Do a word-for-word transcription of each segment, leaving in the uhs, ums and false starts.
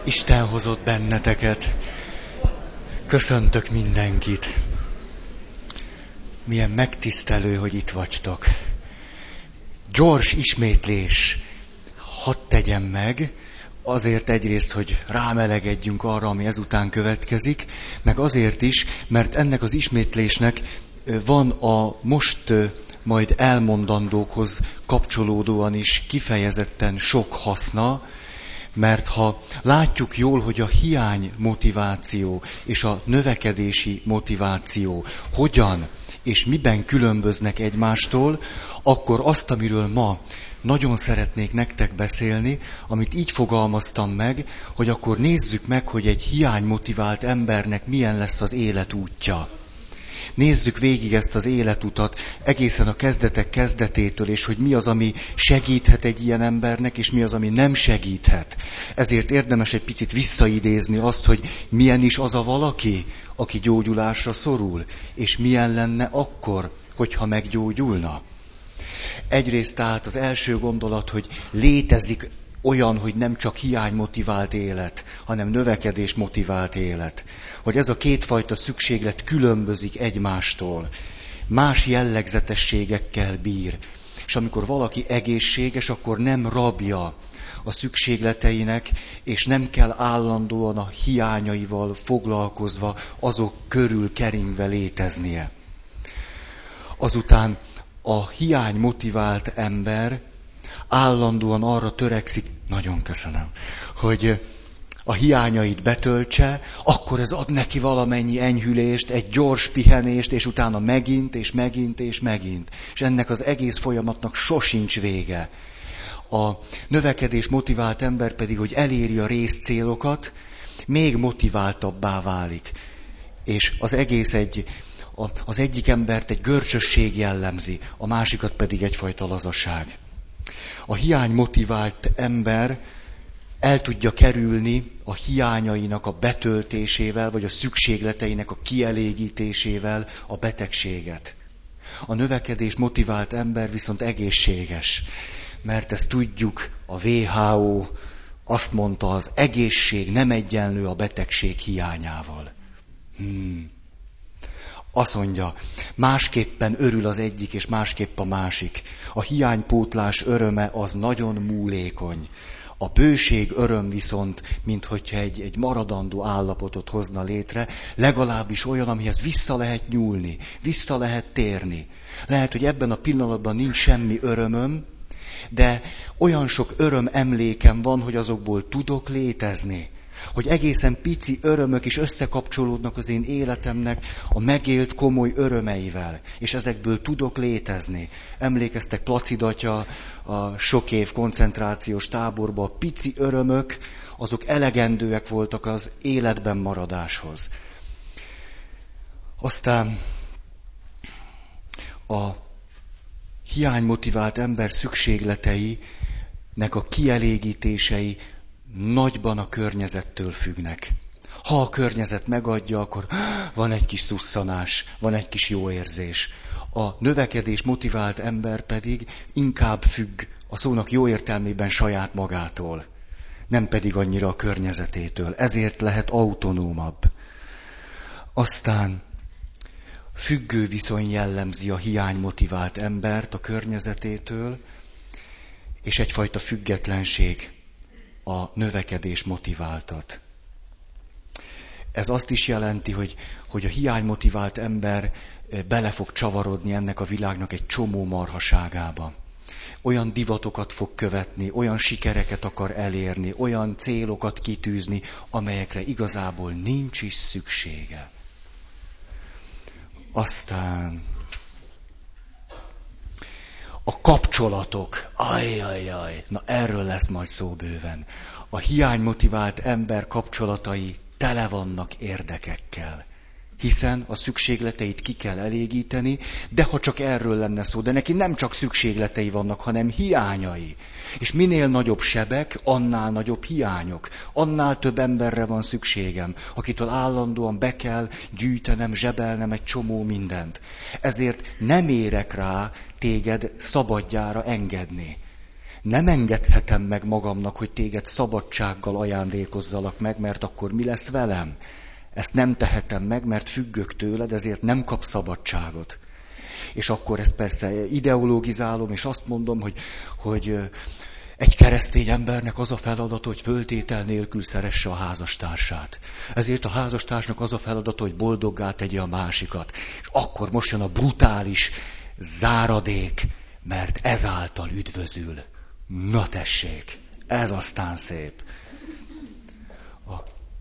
Isten hozott benneteket. Köszöntök mindenkit. Milyen megtisztelő, hogy itt vagytok. Gyors ismétlés. Hadd tegyem meg, azért egyrészt, hogy rámelegedjünk arra, ami ezután következik, meg azért is, mert ennek az ismétlésnek van a most majd elmondandókhoz kapcsolódóan is kifejezetten sok haszna, mert ha látjuk jól, hogy a hiány motiváció és a növekedési motiváció hogyan és miben különböznek egymástól, akkor azt, amiről ma nagyon szeretnék nektek beszélni, amit így fogalmaztam meg, hogy akkor nézzük meg, hogy egy hiánymotivált embernek milyen lesz az életútja. Nézzük végig ezt az életutat egészen a kezdetek kezdetétől, és hogy mi az, ami segíthet egy ilyen embernek, és mi az, ami nem segíthet. Ezért érdemes egy picit visszaidézni azt, hogy milyen is az a valaki, aki gyógyulásra szorul, és milyen lenne akkor, hogyha meggyógyulna. Egyrészt tehát az első gondolat, hogy létezik olyan, hogy nem csak hiánymotivált élet, hanem növekedés motivált élet. Hogy ez a kétfajta szükséglet különbözik egymástól, más jellegzetességekkel bír. És amikor valaki egészséges, akkor nem rabja a szükségleteinek, és nem kell állandóan a hiányaival foglalkozva, azok körül keringve léteznie. Azután a hiánymotivált ember állandóan arra törekszik, nagyon köszönöm, hogy a hiányait betöltse, akkor ez ad neki valamennyi enyhülést, egy gyors pihenést, és utána megint, és megint, és megint. És ennek az egész folyamatnak sosincs vége. A növekedés motivált ember pedig, hogy eléri a részcélokat, még motiváltabbá válik. És az egész egy, az egyik embert egy görcsösség jellemzi, a másikat pedig egyfajta lazaság. A hiány motivált ember el tudja kerülni a hiányainak a betöltésével, vagy a szükségleteinek a kielégítésével a betegséget. A növekedés motivált ember viszont egészséges, mert ezt tudjuk, a dupla vé há ó azt mondta, az egészség nem egyenlő a betegség hiányával. Hmm. Azt mondja, másképpen örül az egyik, és másképp a másik. A hiánypótlás öröme az nagyon múlékony. A bőség öröm viszont, minthogyha egy, egy maradandó állapotot hozna létre, legalábbis olyan, amihez vissza lehet nyúlni, vissza lehet térni. Lehet, hogy ebben a pillanatban nincs semmi örömöm, de olyan sok öröm emlékem van, hogy azokból tudok létezni. Hogy egészen pici örömök is összekapcsolódnak az én életemnek a megélt komoly örömeivel, és ezekből tudok létezni. Emlékeztek Placid atya a sok év koncentrációs táborban, a pici örömök, azok elegendőek voltak az életben maradáshoz. Aztán a hiánymotivált ember szükségleteinek a kielégítései nagyban a környezettől függnek. Ha a környezet megadja, akkor van egy kis szusszanás, van egy kis jó érzés. A növekedés motivált ember pedig inkább függ a szónak jó értelmében saját magától, nem pedig annyira a környezetétől. Ezért lehet autonómabb. Aztán függő viszony jellemzi a hiánymotivált embert a környezetétől, és egyfajta függetlenség a növekedés motiváltat. Ez azt is jelenti, hogy, hogy a hiánymotivált ember bele fog csavarodni ennek a világnak egy csomó marhaságába. Olyan divatokat fog követni, olyan sikereket akar elérni, olyan célokat kitűzni, amelyekre igazából nincs is szüksége. Aztán a kapcsolatok, ajjajjaj, na erről lesz majd szó bőven. A hiánymotivált ember kapcsolatai tele vannak érdekekkel. Hiszen a szükségleteit ki kell elégíteni, de ha csak erről lenne szó, de neki nem csak szükségletei vannak, hanem hiányai. És minél nagyobb sebek, annál nagyobb hiányok. Annál több emberre van szükségem, akitől állandóan be kell gyűjtenem, zsebelnem egy csomó mindent. Ezért nem érek rá téged szabadjára engedni. Nem engedhetem meg magamnak, hogy téged szabadsággal ajándékozzalak meg, mert akkor mi lesz velem? Ezt nem tehetem meg, mert függök tőled, ezért nem kap szabadságot. És akkor ezt persze ideologizálom, és azt mondom, hogy, hogy egy keresztény embernek az a feladata, hogy föltétel nélkül szeresse a házastársát. Ezért a házastársnak az a feladata, hogy boldoggá tegye a másikat. És akkor most jön a brutális záradék, mert ezáltal üdvözül. Na tessék, ez aztán szép. A...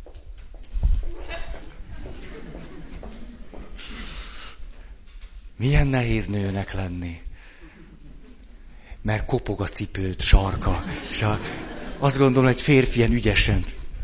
Milyen nehéz nőnek lenni. Mert kopog a cipőd sarka. És a, azt gondolom, hogy férfi ilyen ügyesen.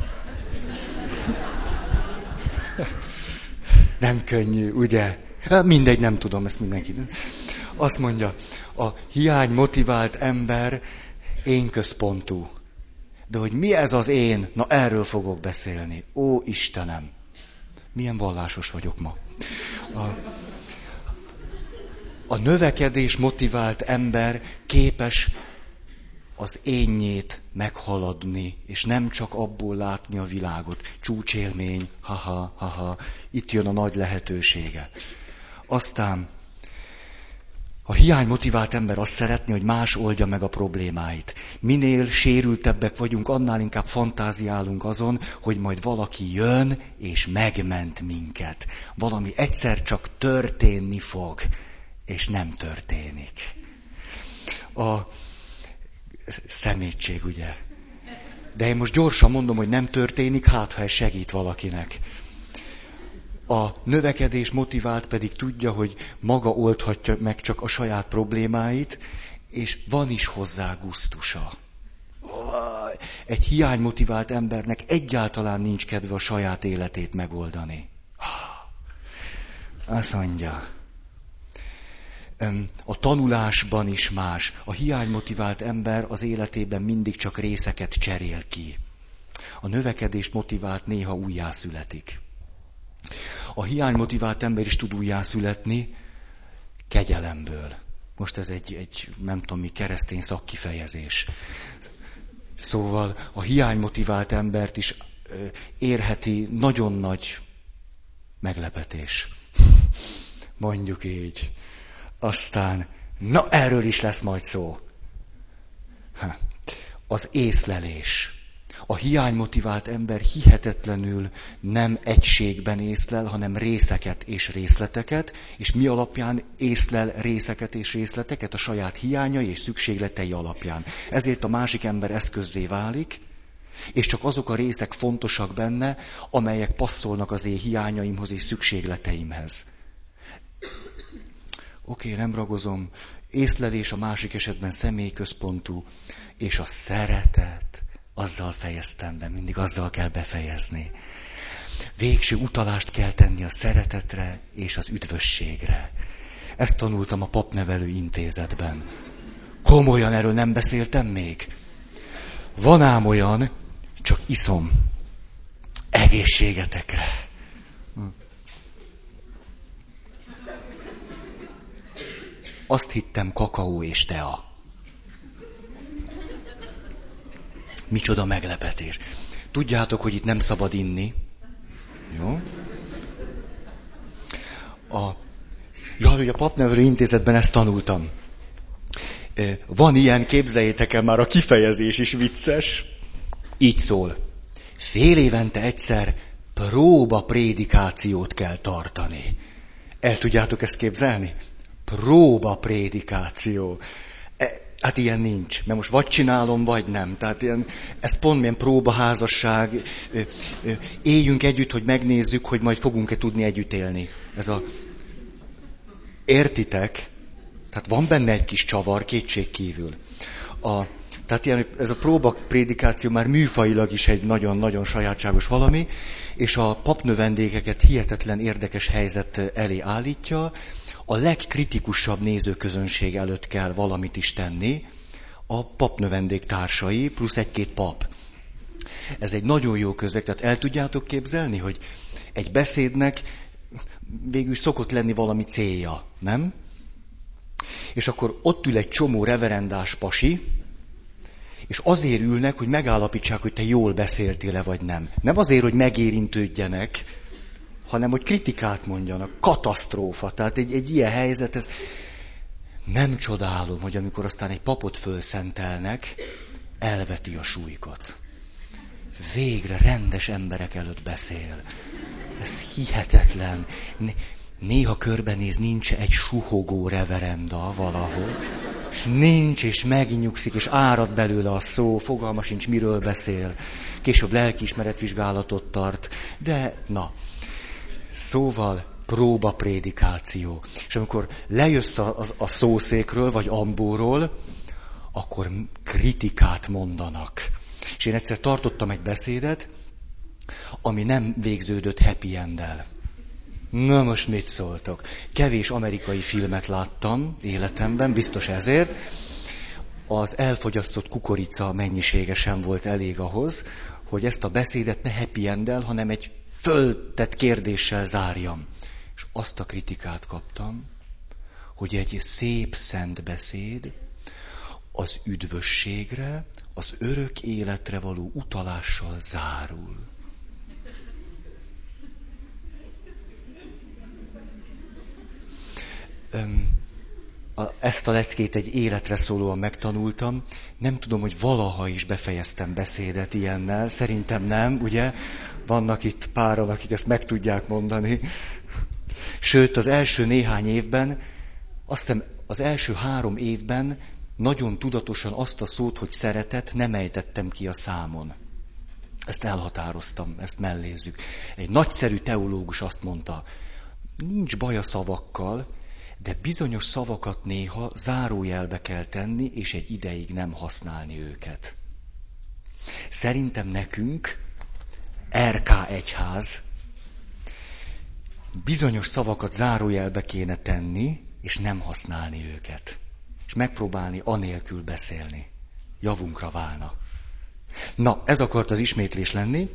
Nem könnyű, ugye? Mindegy, nem tudom, ezt mindenki. Azt mondja, a hiány motivált ember én központú. De hogy mi ez az én? Na erről fogok beszélni. Ó, Istenem! Milyen vallásos vagyok ma. A, a növekedés motivált ember képes az énnyét meghaladni, és nem csak abból látni a világot. Csúcsélmény, haha, haha, itt jön a nagy lehetősége. Aztán a hiány motivált ember azt szeretné, hogy más oldja meg a problémáit. Minél sérültebbek vagyunk, annál inkább fantáziálunk azon, hogy majd valaki jön és megment minket. Valami egyszer csak történni fog, és nem történik. A szemétség, ugye? De én most gyorsan mondom, hogy nem történik, hát ha ez segít valakinek. A növekedés motivált pedig tudja, hogy maga oldhatja meg csak a saját problémáit, és van is hozzá gusztusa. Egy hiány motivált embernek egyáltalán nincs kedve a saját életét megoldani. Azt mondja. A tanulásban is más. A hiány motivált ember az életében mindig csak részeket cserél ki. A növekedés motivált néha újjászületik. A hiány motivált ember is tud újjászületni kegyelemből. Most ez egy, egy nem tudom mi, keresztény szakkifejezés. Szóval a hiány motivált embert is érheti nagyon nagy meglepetés. Mondjuk így. Aztán, na erről is lesz majd szó. Az észlelés. A hiánymotivált ember hihetetlenül nem egységben észlel, hanem részeket és részleteket, és mi alapján észlel részeket és részleteket? A saját hiányai és szükségletei alapján. Ezért a másik ember eszközzé válik, és csak azok a részek fontosak benne, amelyek passzolnak az én hiányaimhoz és szükségleteimhez. Oké, okay, nem ragozom. Észlelés a másik esetben személyközpontú, és a szeretet, azzal fejeztem be, mindig azzal kell befejezni. Végső utalást kell tenni a szeretetre és az üdvösségre. Ezt tanultam a papnevelő intézetben. Komolyan erről nem beszéltem még? Van ám olyan, csak iszom. Egészségetekre. Azt hittem kakaó és tea. Micsoda meglepetés. Tudjátok, hogy itt nem szabad inni. Jó? A, ja, hogy a papnevelő intézetben ezt tanultam. Van ilyen, képzeljétek el, már a kifejezés is vicces. Így szól. Fél évente egyszer próba prédikációt kell tartani. El tudjátok ezt képzelni? Próba prédikáció. Hát ilyen nincs, mert most vagy csinálom, vagy nem. Tehát ilyen, ez pont milyen próbaházasság. Éljünk együtt, hogy megnézzük, hogy majd fogunk-e tudni együtt élni. Ez a... Értitek? Tehát van benne egy kis csavar, kétség kívül. A... Tehát ilyen, ez a próbaprédikáció már műfajilag is egy nagyon-nagyon sajátságos valami, és a papnövendékeket hihetetlen érdekes helyzet elé állítja. A legkritikusabb nézőközönség előtt kell valamit is tenni, a papnövendék társai, plusz egy-két pap. Ez egy nagyon jó közeg, tehát el tudjátok képzelni, hogy egy beszédnek végül szokott lenni valami célja, nem? És akkor ott ül egy csomó reverendás pasi, És azért ülnek, hogy megállapítsák, hogy te jól beszéltél-e, vagy nem. Nem azért, hogy megérintődjenek, hanem hogy kritikát mondjanak. Katasztrófa. Tehát egy, egy ilyen helyzet, ez nem csodálom, hogy amikor aztán egy papot fölszentelnek, elveti a súlykot. Végre rendes emberek előtt beszél. Ez hihetetlen. Néha körbenéz, nincs egy suhogó reverenda valahol, és nincs, és megnyugszik, és árad belőle a szó, fogalma sincs, miről beszél. Később lelkiismeretvizsgálatot tart, de na. Szóval próbaprédikáció. És amikor lejössz a, a, a szószékről, vagy ambóról, akkor kritikát mondanak. És én egyszer tartottam egy beszédet, ami nem végződött happy end-el. Na most mit szóltok? Kevés amerikai filmet láttam életemben, biztos ezért. Az elfogyasztott kukorica mennyisége sem volt elég ahhoz, hogy ezt a beszédet ne happy end-el, hanem egy föltett kérdéssel zárjam. És azt a kritikát kaptam, hogy egy szép szent beszéd az üdvösségre, az örök életre való utalással zárul. Ezt a leckét egy életre szólóan megtanultam. Nem tudom, hogy valaha is befejeztem beszédet ilyennel. Szerintem nem, ugye? Vannak itt páran, akik ezt meg tudják mondani. Sőt, az első néhány évben, azt hiszem az első három évben nagyon tudatosan azt a szót, hogy szeretet, nem ejtettem ki a számon. Ezt elhatároztam, ezt mellézzük. Egy nagyszerű teológus azt mondta, nincs baj a szavakkal, de bizonyos szavakat néha zárójelbe kell tenni, és egy ideig nem használni őket. Szerintem nekünk, er ká egyház, bizonyos szavakat zárójelbe kéne tenni, és nem használni őket. És megpróbálni anélkül beszélni. Javunkra válna. Na, ez akart az ismétlés lenni.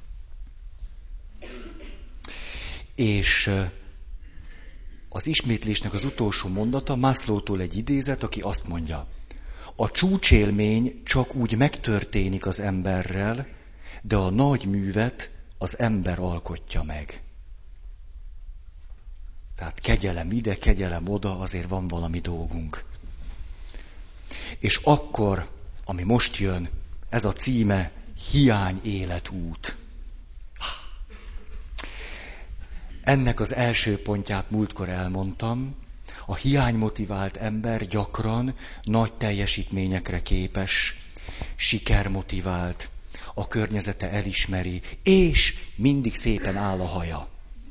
És az ismétlésnek az utolsó mondata Maslowtól egy idézet, aki azt mondja, a csúcsélmény csak úgy megtörténik az emberrel, de a nagy művet az ember alkotja meg. Tehát kegyelem ide, kegyelem oda, azért van valami dolgunk. És akkor, ami most jön, ez a címe, hiány életút. Ennek az első pontját múltkor elmondtam. A hiánymotivált ember gyakran nagy teljesítményekre képes, sikermotivált, a környezete elismeri, és mindig szépen áll a haja.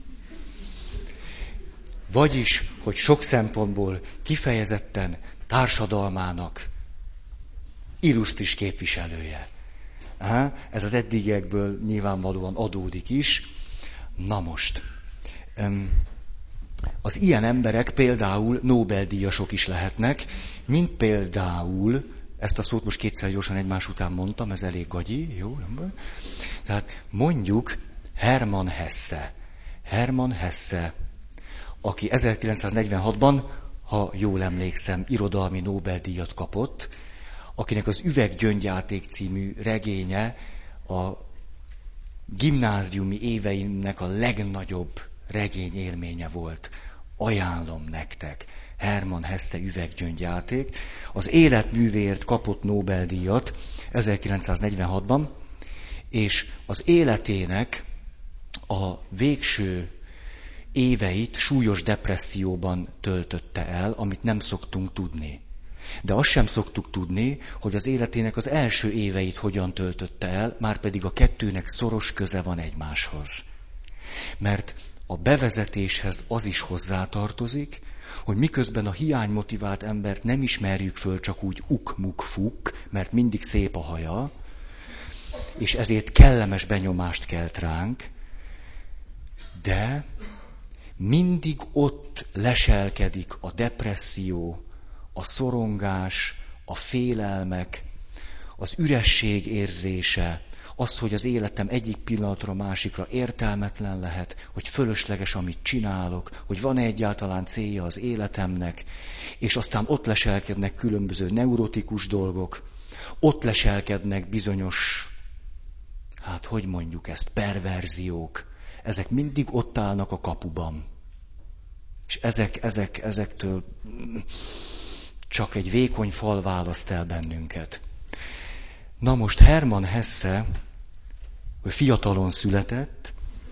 Vagyis, hogy sok szempontból kifejezetten társadalmának illusztris képviselője. Ez az eddigiekből nyilvánvalóan adódik is. Na most, az ilyen emberek például Nobel-díjasok is lehetnek, mint például, ezt a szót most kétszer gyorsan egymás után mondtam, ez elég gagyi, jó? Tehát mondjuk Hermann Hesse. Hermann Hesse, aki ezerkilencszáznegyvenhatban, ha jól emlékszem, irodalmi Nobel-díjat kapott, akinek az Üveggyöngyjáték című regénye a gimnáziumi éveimnek a legnagyobb regényélménye volt. Ajánlom nektek. Hermann Hesse Üveggyöngyjáték. Az életművéért kapott Nobel-díjat ezerkilencszáznegyvenhatban, és az életének a végső éveit súlyos depresszióban töltötte el, amit nem szoktunk tudni. De azt sem szoktuk tudni, hogy az életének az első éveit hogyan töltötte el, márpedig a kettőnek szoros köze van egymáshoz. Mert a bevezetéshez az is hozzátartozik, hogy miközben a hiánymotivált embert nem ismerjük föl csak úgy uk-muk-fuk, mert mindig szép a haja, és ezért kellemes benyomást kelt ránk, de mindig ott leselkedik a depresszió, a szorongás, a félelmek, az üresség érzése, az, hogy az életem egyik pillanatra másikra értelmetlen lehet, hogy fölösleges, amit csinálok, hogy van-e egyáltalán célja az életemnek, és aztán ott leselkednek különböző neurotikus dolgok, Ott leselkednek bizonyos, hát hogy mondjuk ezt, perverziók. Ezek mindig ott állnak a kapuban. És ezek, ezek, ezektől csak egy vékony fal választ el bennünket. Na most Hermann Hesse, ő fiatalon született,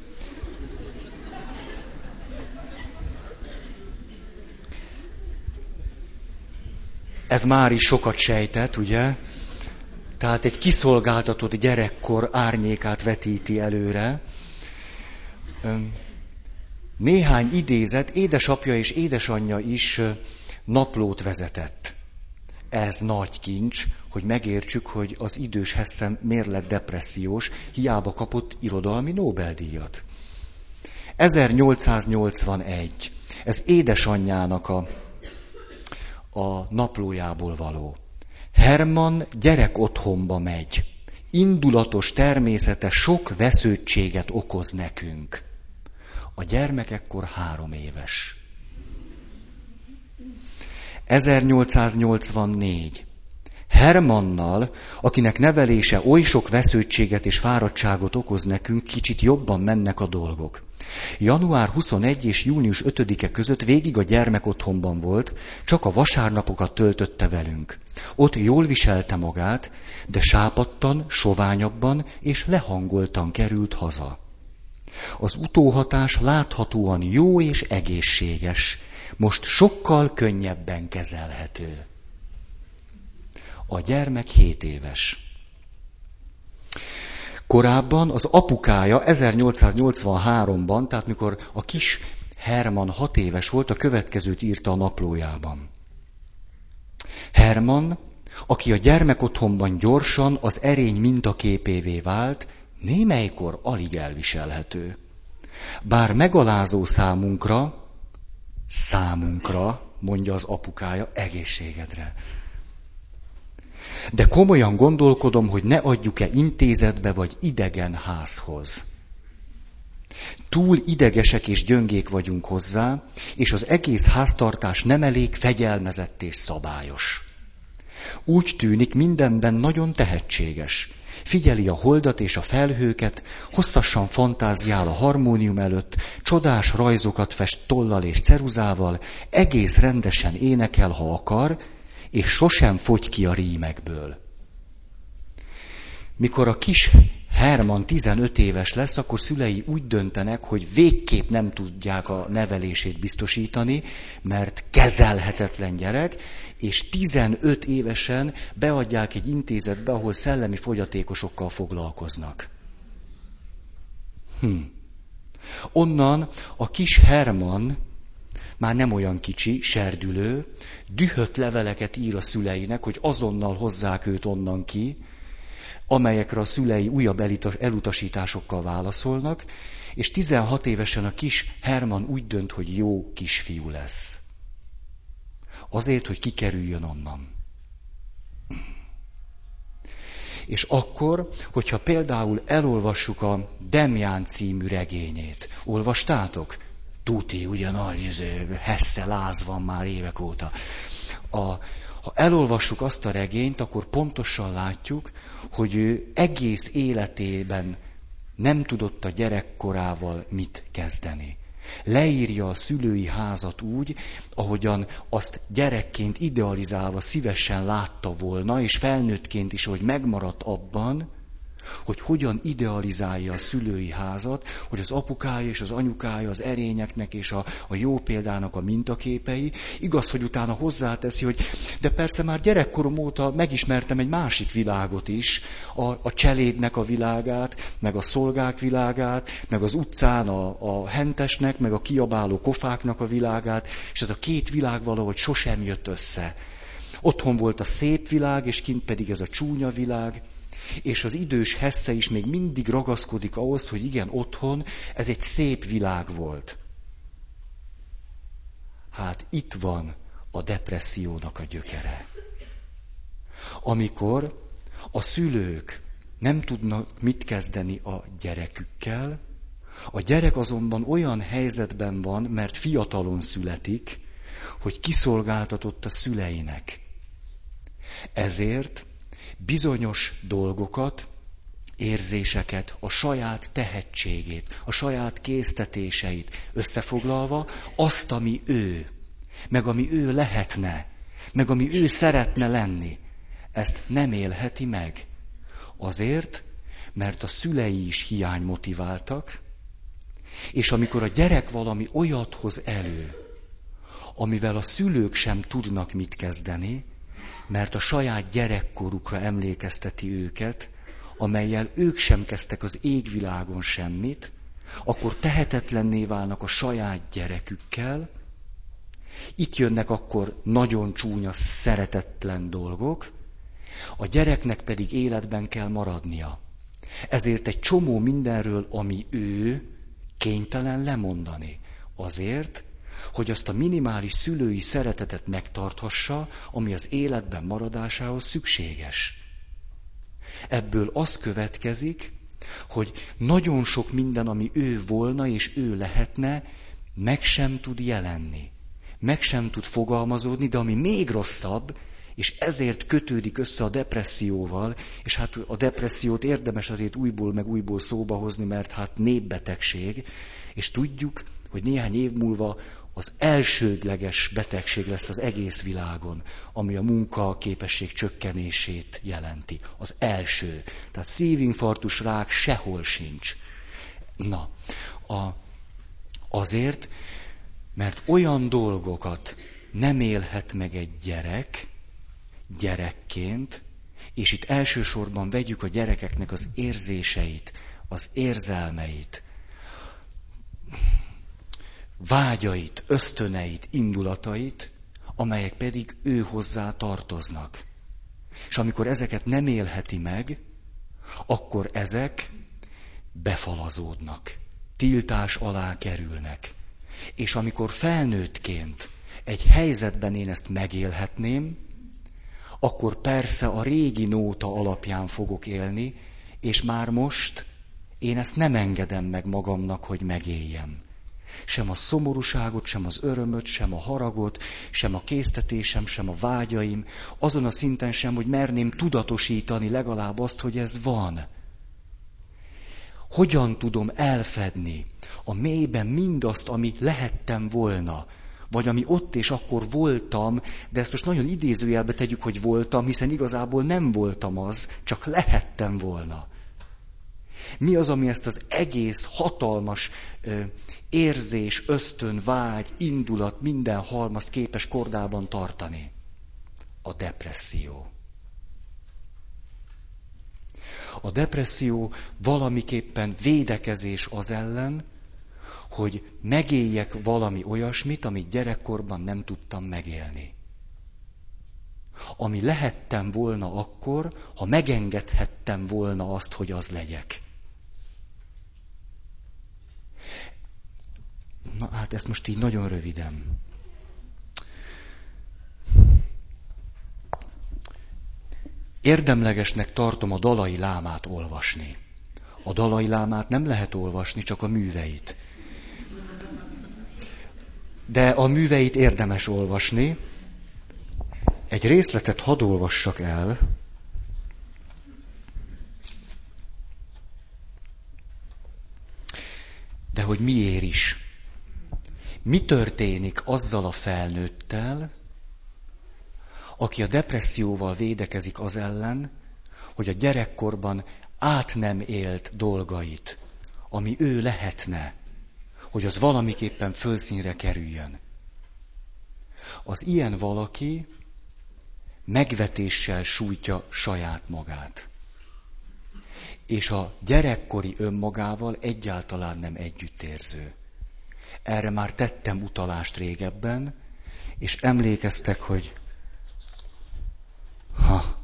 ez már is sokat sejtett, ugye? Tehát egy kiszolgáltatott gyerekkor árnyékát vetíti előre. Néhány idézet, édesapja és édesanyja is naplót vezetett. Ez nagy kincs, hogy megértsük, hogy az idős Hesse miért lett depressziós, hiába kapott irodalmi Nobel-díjat. ezernyolcszáznyolcvanegy. Ez édesanyjának a, a naplójából való. Hermann gyerekotthonba megy. Indulatos természete sok vesződtséget okoz nekünk. A gyermek ekkor három éves. ezernyolcszáznyolcvannégy. Hermannnal, akinek nevelése oly sok vesződtséget és fáradtságot okoz nekünk, kicsit jobban mennek a dolgok. január huszonegyedike és június ötödike között végig a gyermekotthonban volt, csak a vasárnapokat töltötte velünk. Ott jól viselte magát, de sápadtan, soványabban és lehangoltan került haza. Az utóhatás láthatóan jó és egészséges, most sokkal könnyebben kezelhető. A gyermek hét éves. Korábban az apukája ezernyolcszáznyolcvanháromban, tehát mikor a kis Hermann hat éves volt, a következőt írta a naplójában. Hermann, aki a gyermekotthonban gyorsan az erény mintaképévé vált, némelykor alig elviselhető. Bár megalázó számunkra, számunkra, mondja az apukája, egészségedre. De komolyan gondolkodom, hogy ne adjuk-e intézetbe vagy idegen házhoz. Túl idegesek és gyöngék vagyunk hozzá, és az egész háztartás nem elég fegyelmezett és szabályos. Úgy tűnik, mindenben nagyon tehetséges. Figyeli a holdat és a felhőket, hosszasan fantáziál a harmónium előtt, csodás rajzokat fest tollal és ceruzával, egész rendesen énekel, ha akar, és sosem fogy ki a rímekből. Mikor a kis Hermann tizenöt éves lesz, akkor szülei úgy döntenek, hogy végképp nem tudják a nevelését biztosítani, mert kezelhetetlen gyerek, és tizenöt évesen beadják egy intézetbe, ahol szellemi fogyatékosokkal foglalkoznak. Hm. Onnan a kis Hermann, már nem olyan kicsi, serdülő, dühött leveleket ír a szüleinek, hogy azonnal hozzák őt onnan ki, amelyekre a szülei újabb elutasításokkal válaszolnak, és tizenhat évesen a kis Hermann úgy dönt, hogy jó kisfiú lesz. Azért, hogy kikerüljön onnan. És akkor, hogyha például elolvassuk a Demján című regényét, olvastátok? Tuti, ugye nagy Hesse láz van már évek óta. A, ha elolvassuk azt a regényt, akkor pontosan látjuk, hogy ő egész életében nem tudott a gyerekkorával mit kezdeni. Leírja a szülői házat úgy, ahogyan azt gyerekként idealizálva szívesen látta volna, és felnőttként is, hogy megmaradt abban, hogy hogyan idealizálja a szülői házat, hogy az apukája és az anyukája az erényeknek és a, a jó példának a mintaképei. Igaz, hogy utána hozzáteszi, hogy de persze már gyerekkorom óta megismertem egy másik világot is, a, a cselédnek a világát, meg a szolgák világát, meg az utcán a, a hentesnek, meg a kiabáló kofáknak a világát, és ez a két világ valahogy sosem jött össze. Otthon volt a szép világ, és kint pedig ez a csúnya világ. És az idős Hesse is még mindig ragaszkodik ahhoz, hogy igen, otthon ez egy szép világ volt. Hát itt van a depressziónak a gyökere. Amikor a szülők nem tudnak mit kezdeni a gyerekükkel, a gyerek azonban olyan helyzetben van, mert fiatalon születik, hogy kiszolgáltatott a szüleinek. Ezért bizonyos dolgokat, érzéseket, a saját tehetségét, a saját késztetéseit összefoglalva, azt, ami ő, meg ami ő lehetne, meg ami ő szeretne lenni, ezt nem élheti meg. Azért, mert a szülei is hiány motiváltak, és amikor a gyerek valami olyat hoz elő, amivel a szülők sem tudnak mit kezdeni, mert a saját gyerekkorukra emlékezteti őket, amellyel ők sem kezdtek az égvilágon semmit, akkor tehetetlenné válnak a saját gyerekükkel. Itt jönnek akkor nagyon csúnya, szeretetlen dolgok, a gyereknek pedig életben kell maradnia. Ezért egy csomó mindenről, ami ő, kénytelen lemondani. Azért, hogy azt a minimális szülői szeretetet megtarthassa, ami az életben maradásához szükséges. Ebből az következik, hogy nagyon sok minden, ami ő volna és ő lehetne, meg sem tud jelenni. Meg sem tud fogalmazódni, de ami még rosszabb, és ezért kötődik össze a depresszióval, és hát a depressziót érdemes azért újból meg újból szóba hozni, mert hát népbetegség, és tudjuk, hogy néhány év múlva az elsődleges betegség lesz az egész világon, ami a munkaképesség csökkenését jelenti. Az első. Tehát szívinfarktus, rák sehol sincs. Na, a, azért, mert olyan dolgokat nem élhet meg egy gyerek, gyerekként, és itt elsősorban vegyük a gyerekeknek az érzéseit, az érzelmeit, vágyait, ösztöneit, indulatait, amelyek pedig ő hozzá tartoznak. És amikor ezeket nem élheti meg, akkor ezek befalazódnak, tiltás alá kerülnek. És amikor felnőttként egy helyzetben én ezt megélhetném, akkor persze a régi nóta alapján fogok élni, és már most én ezt nem engedem meg magamnak, hogy megéljem. Sem a szomorúságot, sem az örömöt, sem a haragot, sem a késztetésem, sem a vágyaim, azon a szinten sem, hogy merném tudatosítani legalább azt, hogy ez van. Hogyan tudom elfedni a mélyben mindazt, ami lehettem volna, vagy ami ott és akkor voltam, de ezt most nagyon idézőjelbe tegyük, hogy voltam, hiszen igazából nem voltam az, csak lehettem volna. Mi az, ami ezt az egész hatalmas ö, érzés, ösztön, vágy, indulat, minden halmaz képes kordában tartani? A depresszió. A depresszió valamiképpen védekezés az ellen, hogy megéljek valami olyasmit, amit gyerekkorban nem tudtam megélni. Ami lehettem volna akkor, ha megengedhettem volna azt, hogy az legyek. Na hát ezt most így nagyon röviden. Érdemlegesnek tartom a Dalai Lámát olvasni. A Dalai Lámát nem lehet olvasni, csak a műveit. De a műveit érdemes olvasni. Egy részletet hadd olvassak el. De hogy miért is? Mi történik azzal a felnőttel, aki a depresszióval védekezik az ellen, hogy a gyerekkorban át nem élt dolgait, ami ő lehetne, hogy az valamiképpen fölszínre kerüljön. Az ilyen valaki megvetéssel sújtja saját magát. És a gyerekkori önmagával egyáltalán nem együttérző. Erre már tettem utalást régebben, és emlékeztek, hogy ha,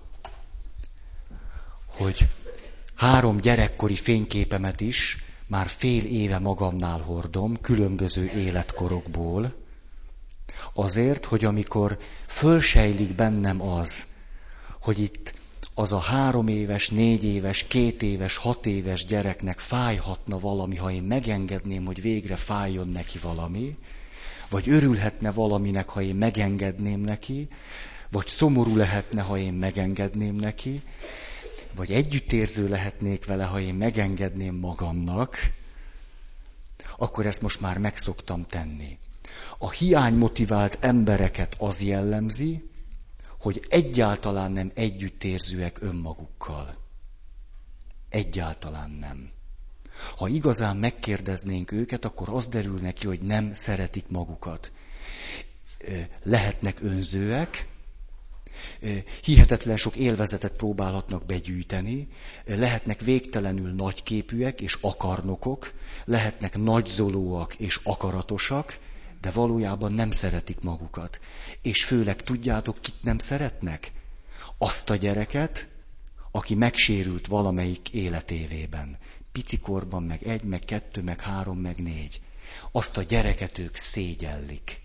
hogy három gyerekkori fényképemet is már fél éve magamnál hordom, különböző életkorokból, azért, hogy amikor fölsejlik bennem az, hogy itt az a három éves, négy éves, két éves, hat éves gyereknek fájhatna valami, ha én megengedném, hogy végre fájjon neki valami, vagy örülhetne valaminek, ha én megengedném neki, vagy szomorú lehetne, ha én megengedném neki, vagy együttérző lehetnék vele, ha én megengedném magamnak, akkor ezt most már megszoktam tenni. A hiánymotivált embereket az jellemzi, hogy egyáltalán nem együttérzőek önmagukkal. Egyáltalán nem. Ha igazán megkérdeznénk őket, akkor az derül neki, hogy nem szeretik magukat. Lehetnek önzőek, hihetetlen sok élvezetet próbálhatnak begyűjteni, lehetnek végtelenül nagyképűek és akarnokok, lehetnek nagyzolóak és akaratosak, de valójában nem szeretik magukat. És főleg tudjátok, kit nem szeretnek? Azt a gyereket, aki megsérült valamelyik életévében. Picikorban meg egy, meg kettő, meg három, meg négy. Azt a gyereket ők szégyellik.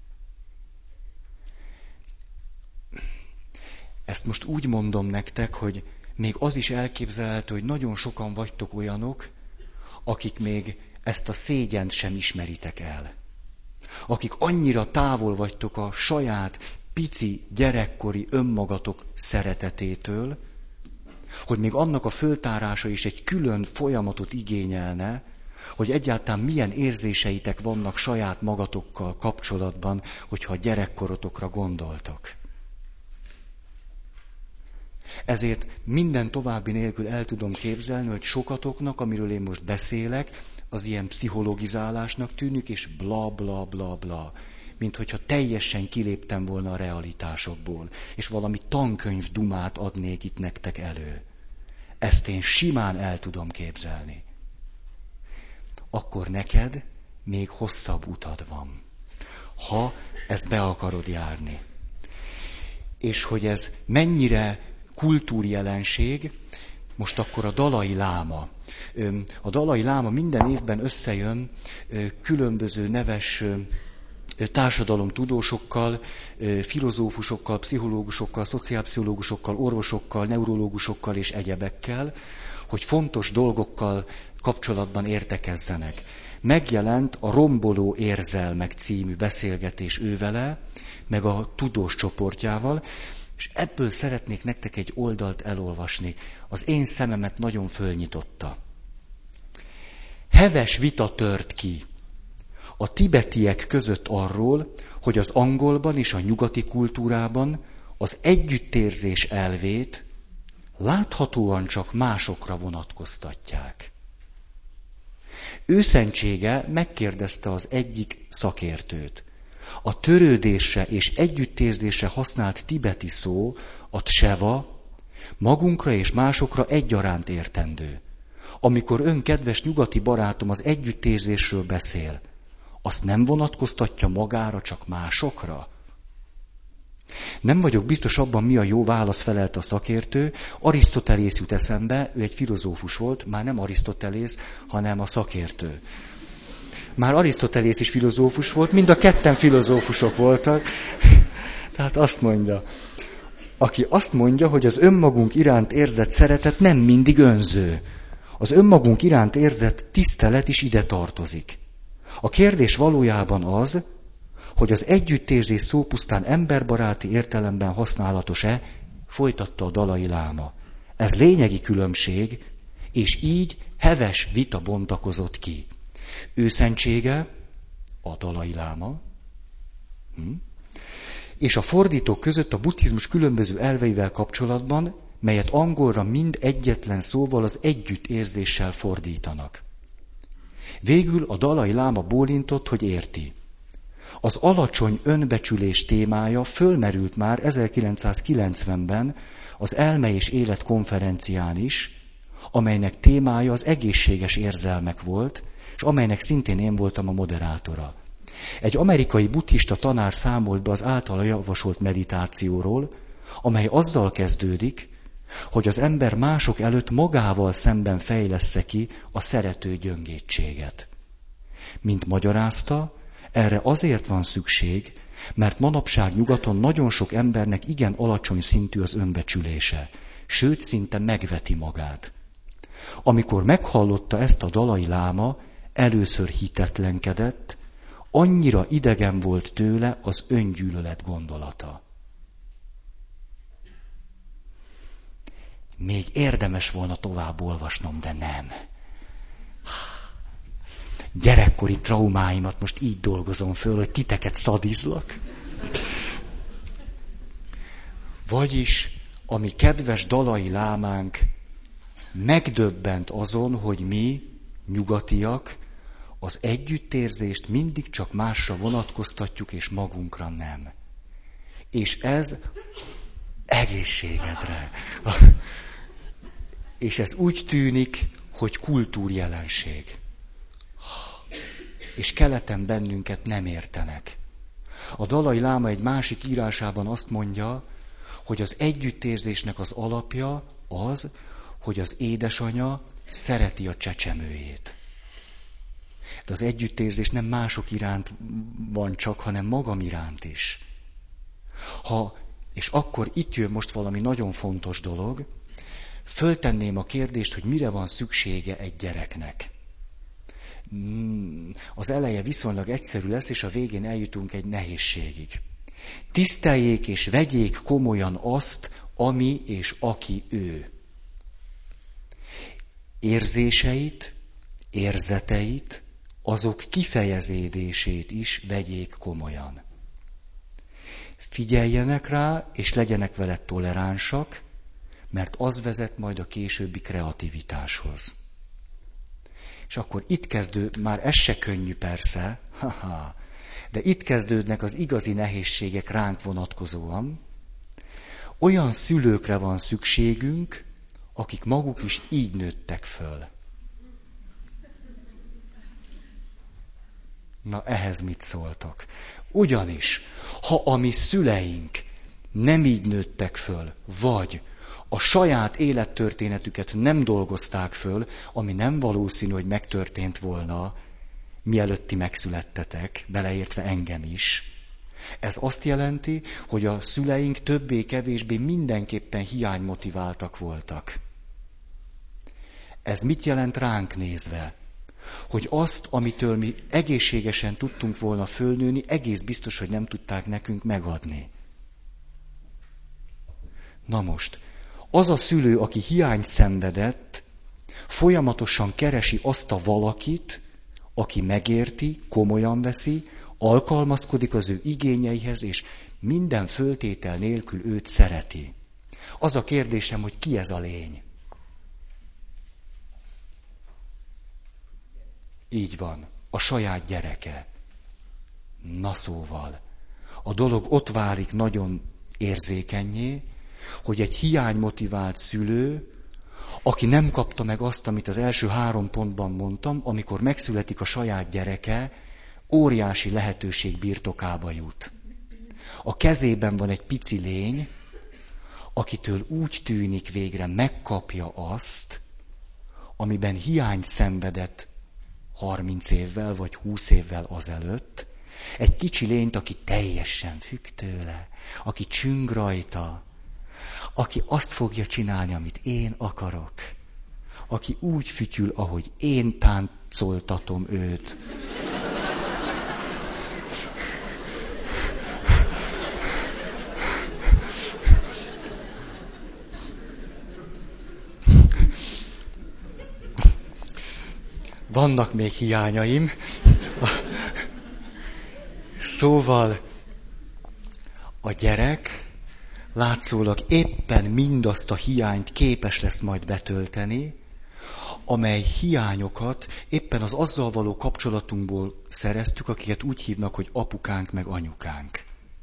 Ezt most úgy mondom nektek, hogy még az is elképzelhető, hogy nagyon sokan vagytok olyanok, akik még ezt a szégyent sem ismeritek el. Akik annyira távol vagytok a saját pici gyerekkori önmagatok szeretetétől, hogy még annak a föltárása is egy külön folyamatot igényelne, hogy egyáltalán milyen érzéseitek vannak saját magatokkal kapcsolatban, hogyha a gyerekkorotokra gondoltok. Ezért minden további nélkül el tudom képzelni, hogy sokatoknak, amiről én most beszélek, az ilyen pszichologizálásnak tűnik, és bla bla bla bla. Mint hogyha teljesen kiléptem volna a realitásokból, és valami tankönyv dumát adnék itt nektek elő. Ezt én simán el tudom képzelni. Akkor neked még hosszabb utad van, ha ezt be akarod járni. És hogy ez mennyire kultúrjelenség, most akkor a Dalai Láma. A Dalai Láma minden évben összejön különböző neves társadalomtudósokkal, filozófusokkal, pszichológusokkal, szociálpszichológusokkal, orvosokkal, neurológusokkal és egyebekkel, hogy fontos dolgokkal kapcsolatban értekezzenek. Megjelent a Romboló érzelmek című beszélgetés ővele, meg a tudós csoportjával, és ebből szeretnék nektek egy oldalt elolvasni. Az én szememet nagyon fölnyitotta. Heves vita tört ki a tibetiek között arról, hogy az angolban és a nyugati kultúrában az együttérzés elvét láthatóan csak másokra vonatkoztatják. Őszentsége megkérdezte az egyik szakértőt. A törődésre és együttérzésre használt tibeti szó, a tseva, magunkra és másokra egyaránt értendő. Amikor ön, kedves nyugati barátom, az együttérzésről beszél, azt nem vonatkoztatja magára, csak másokra? Nem vagyok biztos abban, mi a jó válasz, felelte a szakértő. Arisztotelész jut eszembe, ő egy filozófus volt, már nem Arisztotelész, hanem a szakértő. Már Arisztotelész is filozófus volt, mind a ketten filozófusok voltak. Tehát azt mondja, aki azt mondja, hogy az önmagunk iránt érzett szeretet nem mindig önző. Az önmagunk iránt érzett tisztelet is ide tartozik. A kérdés valójában az, hogy az együttérzés szó pusztán emberbaráti értelemben használatos-e, folytatta a Dalai Láma. Ez lényegi különbség, és így heves vita bontakozott ki. Őszentsége, a Dalai Láma, hm? és a fordítók között a buddhizmus különböző elveivel kapcsolatban, melyet angolra mind egyetlen szóval, az együttérzéssel fordítanak. Végül a Dalai Láma bólintott, hogy érti. Az alacsony önbecsülés témája fölmerült már ezerkilencszázkilencvenben az Elme és Élet konferencián is, amelynek témája az egészséges érzelmek volt, és amelynek szintén én voltam a moderátora. Egy amerikai buddhista tanár számolt be az általa javasolt meditációról, amely azzal kezdődik, hogy az ember mások előtt magával szemben fejlessze ki a szerető gyöngétséget. Mint magyarázta, erre azért van szükség, mert manapság nyugaton nagyon sok embernek igen alacsony szintű az önbecsülése, sőt szinte megveti magát. Amikor meghallotta ezt a Dalai Láma, először hitetlenkedett, annyira idegen volt tőle az öngyűlölet gondolata. Még érdemes volna tovább olvasnom, de nem. Gyerekkori traumáimat most így dolgozom föl, hogy titeket szadizlak. Vagyis, ami kedves Dalai Lámánk megdöbbent azon, hogy mi, nyugatiak, az együttérzést mindig csak másra vonatkoztatjuk, és magunkra nem. És ez egészségedre. És ez úgy tűnik, hogy kultúrjelenség. És keleten bennünket nem értenek. A Dalai Láma egy másik írásában azt mondja, hogy az együttérzésnek az alapja az, hogy az édesanya szereti a csecsemőjét. De az együttérzés nem mások iránt van csak, hanem magam iránt is. Ha, és akkor itt jön most valami nagyon fontos dolog, föltenném a kérdést, hogy mire van szüksége egy gyereknek. Az eleje viszonylag egyszerű lesz, és a végén eljutunk egy nehézségig. Tiszteljék és vegyék komolyan azt, ami és aki ő. Érzéseit, érzeteit, azok kifejeződését is vegyék komolyan. Figyeljenek rá, és legyenek vele toleránsak, mert az vezet majd a későbbi kreativitáshoz. És akkor itt kezdő, már ez se könnyű persze, haha, de itt kezdődnek az igazi nehézségek ránk vonatkozóan. Olyan szülőkre van szükségünk, akik maguk is így nőttek föl. Na, ehhez mit szóltak? Ugyanis, ha a mi szüleink nem így nőttek föl, vagy a saját élettörténetüket nem dolgozták föl, ami nem valószínű, hogy megtörtént volna, mielőtt ti megszülettetek, beleértve engem is. Ez azt jelenti, hogy a szüleink többé-kevésbé mindenképpen hiánymotiváltak voltak. Ez mit jelent ránk nézve? Hogy azt, amitől mi egészségesen tudtunk volna fölnőni, egész biztos, hogy nem tudták nekünk megadni. Na most, az a szülő, aki hiányt szenvedett, folyamatosan keresi azt a valakit, aki megérti, komolyan veszi, alkalmazkodik az ő igényeihez, és minden föltétel nélkül őt szereti. Az a kérdésem, hogy ki ez a lény? Így van, a saját gyereke. Na szóval, a dolog ott válik nagyon érzékennyé, hogy egy hiánymotivált szülő, aki nem kapta meg azt, amit az első három pontban mondtam, amikor megszületik a saját gyereke, óriási lehetőség birtokába jut. A kezében van egy pici lény, akitől úgy tűnik végre megkapja azt, amiben hiányt szenvedett harminc évvel vagy húsz évvel azelőtt, egy kicsi lényt, aki teljesen függ tőle, aki csüng rajta, aki azt fogja csinálni, amit én akarok, aki úgy fütyül, ahogy én táncoltatom őt. Vannak még hiányaim. Szóval a gyerek látszólag éppen mindazt a hiányt képes lesz majd betölteni, amely hiányokat éppen az azzal való kapcsolatunkból szereztük, akiket úgy hívnak, hogy apukánk meg anyukánk.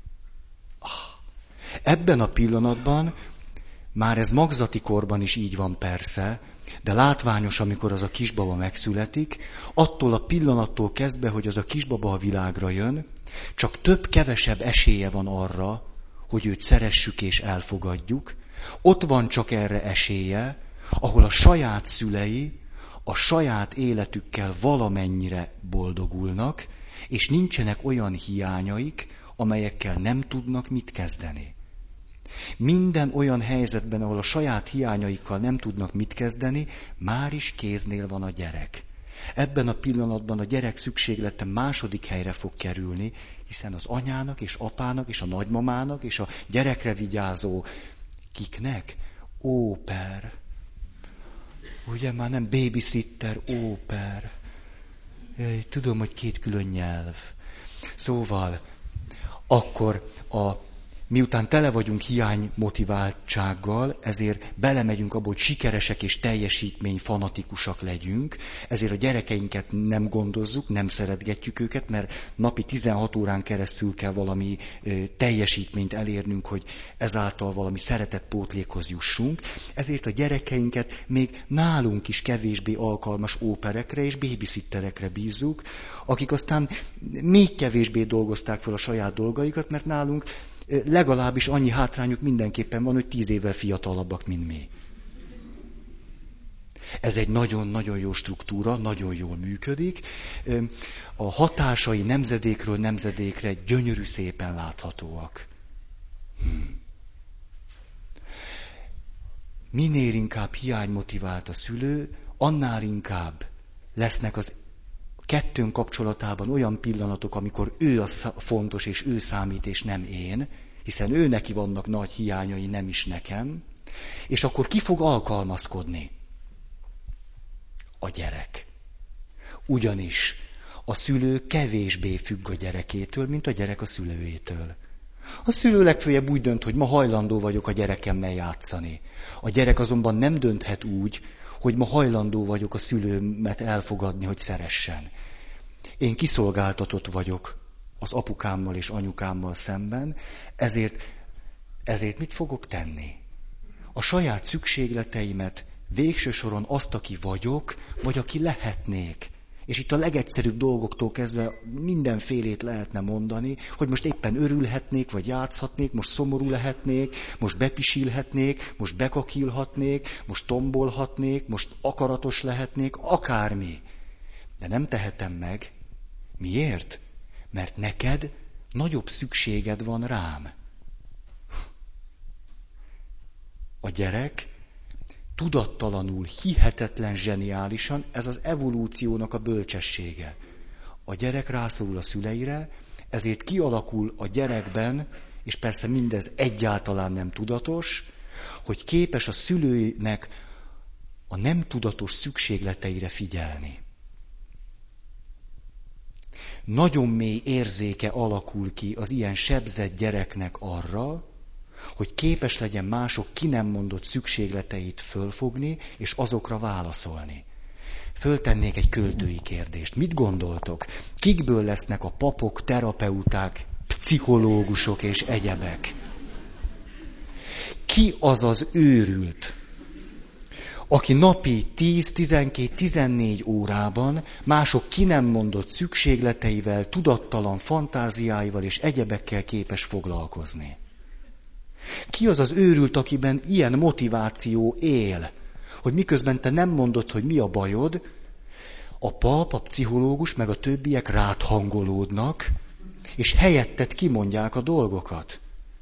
Ebben a pillanatban, már ez magzati korban is így van persze, de látványos, amikor az a kisbaba megszületik, attól a pillanattól kezdve, hogy az a kisbaba a világra jön, csak több-kevesebb esélye van arra, hogy őt szeressük és elfogadjuk. Ott van csak erre esélye, ahol a saját szülei a saját életükkel valamennyire boldogulnak, és nincsenek olyan hiányaik, amelyekkel nem tudnak mit kezdeni. Minden olyan helyzetben, ahol a saját hiányaikkal nem tudnak mit kezdeni, már is kéznél van a gyerek. Ebben a pillanatban a gyerek szükséglete második helyre fog kerülni, hiszen az anyának és apának és a nagymamának és a gyerekre vigyázó kiknek óper. Ugye már nem babysitter, óper. Tudom, hogy két külön nyelv. Szóval, akkor a, miután tele vagyunk hiánymotiváltsággal, ezért belemegyünk abba, hogy sikeresek és teljesítmény fanatikusak legyünk, ezért a gyerekeinket nem gondozzuk, nem szeretgetjük őket, mert napi tizenhat órán keresztül kell valami ö, teljesítményt elérnünk, hogy ezáltal valami szeretetpótlékhoz jussunk, ezért a gyerekeinket még nálunk is kevésbé alkalmas óperekre és babysitterekre bízzuk, akik aztán még kevésbé dolgozták fel a saját dolgaikat, mert nálunk legalábbis annyi hátrányuk mindenképpen van, hogy tíz évvel fiatalabbak, mint mi. Ez egy nagyon-nagyon jó struktúra, nagyon jól működik. A hatásai nemzedékről nemzedékre gyönyörű szépen láthatóak. Hmm. Minél inkább hiánymotivált a szülő, annál inkább lesznek az kettőnk kapcsolatában olyan pillanatok, amikor ő a fontos, és ő számít, és nem én, hiszen ő neki vannak nagy hiányai, nem is nekem, és akkor ki fog alkalmazkodni? A gyerek. Ugyanis a szülő kevésbé függ a gyerekétől, mint a gyerek a szülőjétől. A szülő legfeljebb úgy dönt, hogy ma hajlandó vagyok a gyerekemmel játszani. A gyerek azonban nem dönthet úgy, hogy ma hajlandó vagyok a szülőmet elfogadni, hogy szeressen. Én kiszolgáltatott vagyok az apukámmal és anyukámmal szemben, ezért, ezért mit fogok tenni? A saját szükségleteimet, végső soron azt, aki vagyok, vagy aki lehetnék. És itt a legegyszerűbb dolgoktól kezdve mindenfélét lehetne mondani, hogy most éppen örülhetnék, vagy játszhatnék, most szomorú lehetnék, most bepisilhetnék, most bekakilhatnék, most tombolhatnék, most akaratos lehetnék, akármi. De nem tehetem meg. Miért? Mert neked nagyobb szükséged van rám. A gyerek tudattalanul, hihetetlen zseniálisan, ez az evolúciónak a bölcsessége. A gyerek rászorul a szüleire, ezért kialakul a gyerekben, és persze mindez egyáltalán nem tudatos, hogy képes a szülőnek a nem tudatos szükségleteire figyelni. Nagyon mély érzéke alakul ki az ilyen sebzett gyereknek arra, hogy képes legyen mások ki nem mondott szükségleteit fölfogni, és azokra válaszolni. Föltennék egy költői kérdést. Mit gondoltok? Kikből lesznek a papok, terapeuták, pszichológusok és egyebek? Ki az az őrült, aki napi tíz, tizenkét, tizennégy órában mások ki nem mondott szükségleteivel, tudattalan fantáziáival és egyebekkel képes foglalkozni? Ki az az őrült, akiben ilyen motiváció él, hogy miközben te nem mondod, hogy mi a bajod, a pap, a pszichológus, meg a többiek rád hangolódnak, és helyetted kimondják a dolgokat.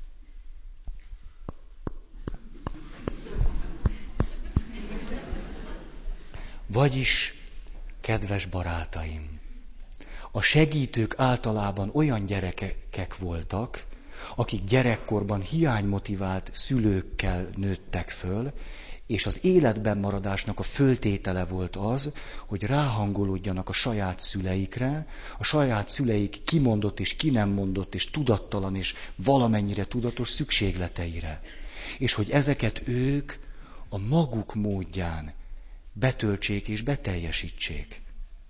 Vagyis, kedves barátaim, a segítők általában olyan gyerekek voltak, akik gyerekkorban hiánymotivált szülőkkel nőttek föl, és az életben maradásnak a föltétele volt az, hogy ráhangolódjanak a saját szüleikre, a saját szüleik kimondott és ki nem mondott és tudattalan és valamennyire tudatos szükségleteire. És hogy ezeket ők a maguk módján betöltsék és beteljesítsék.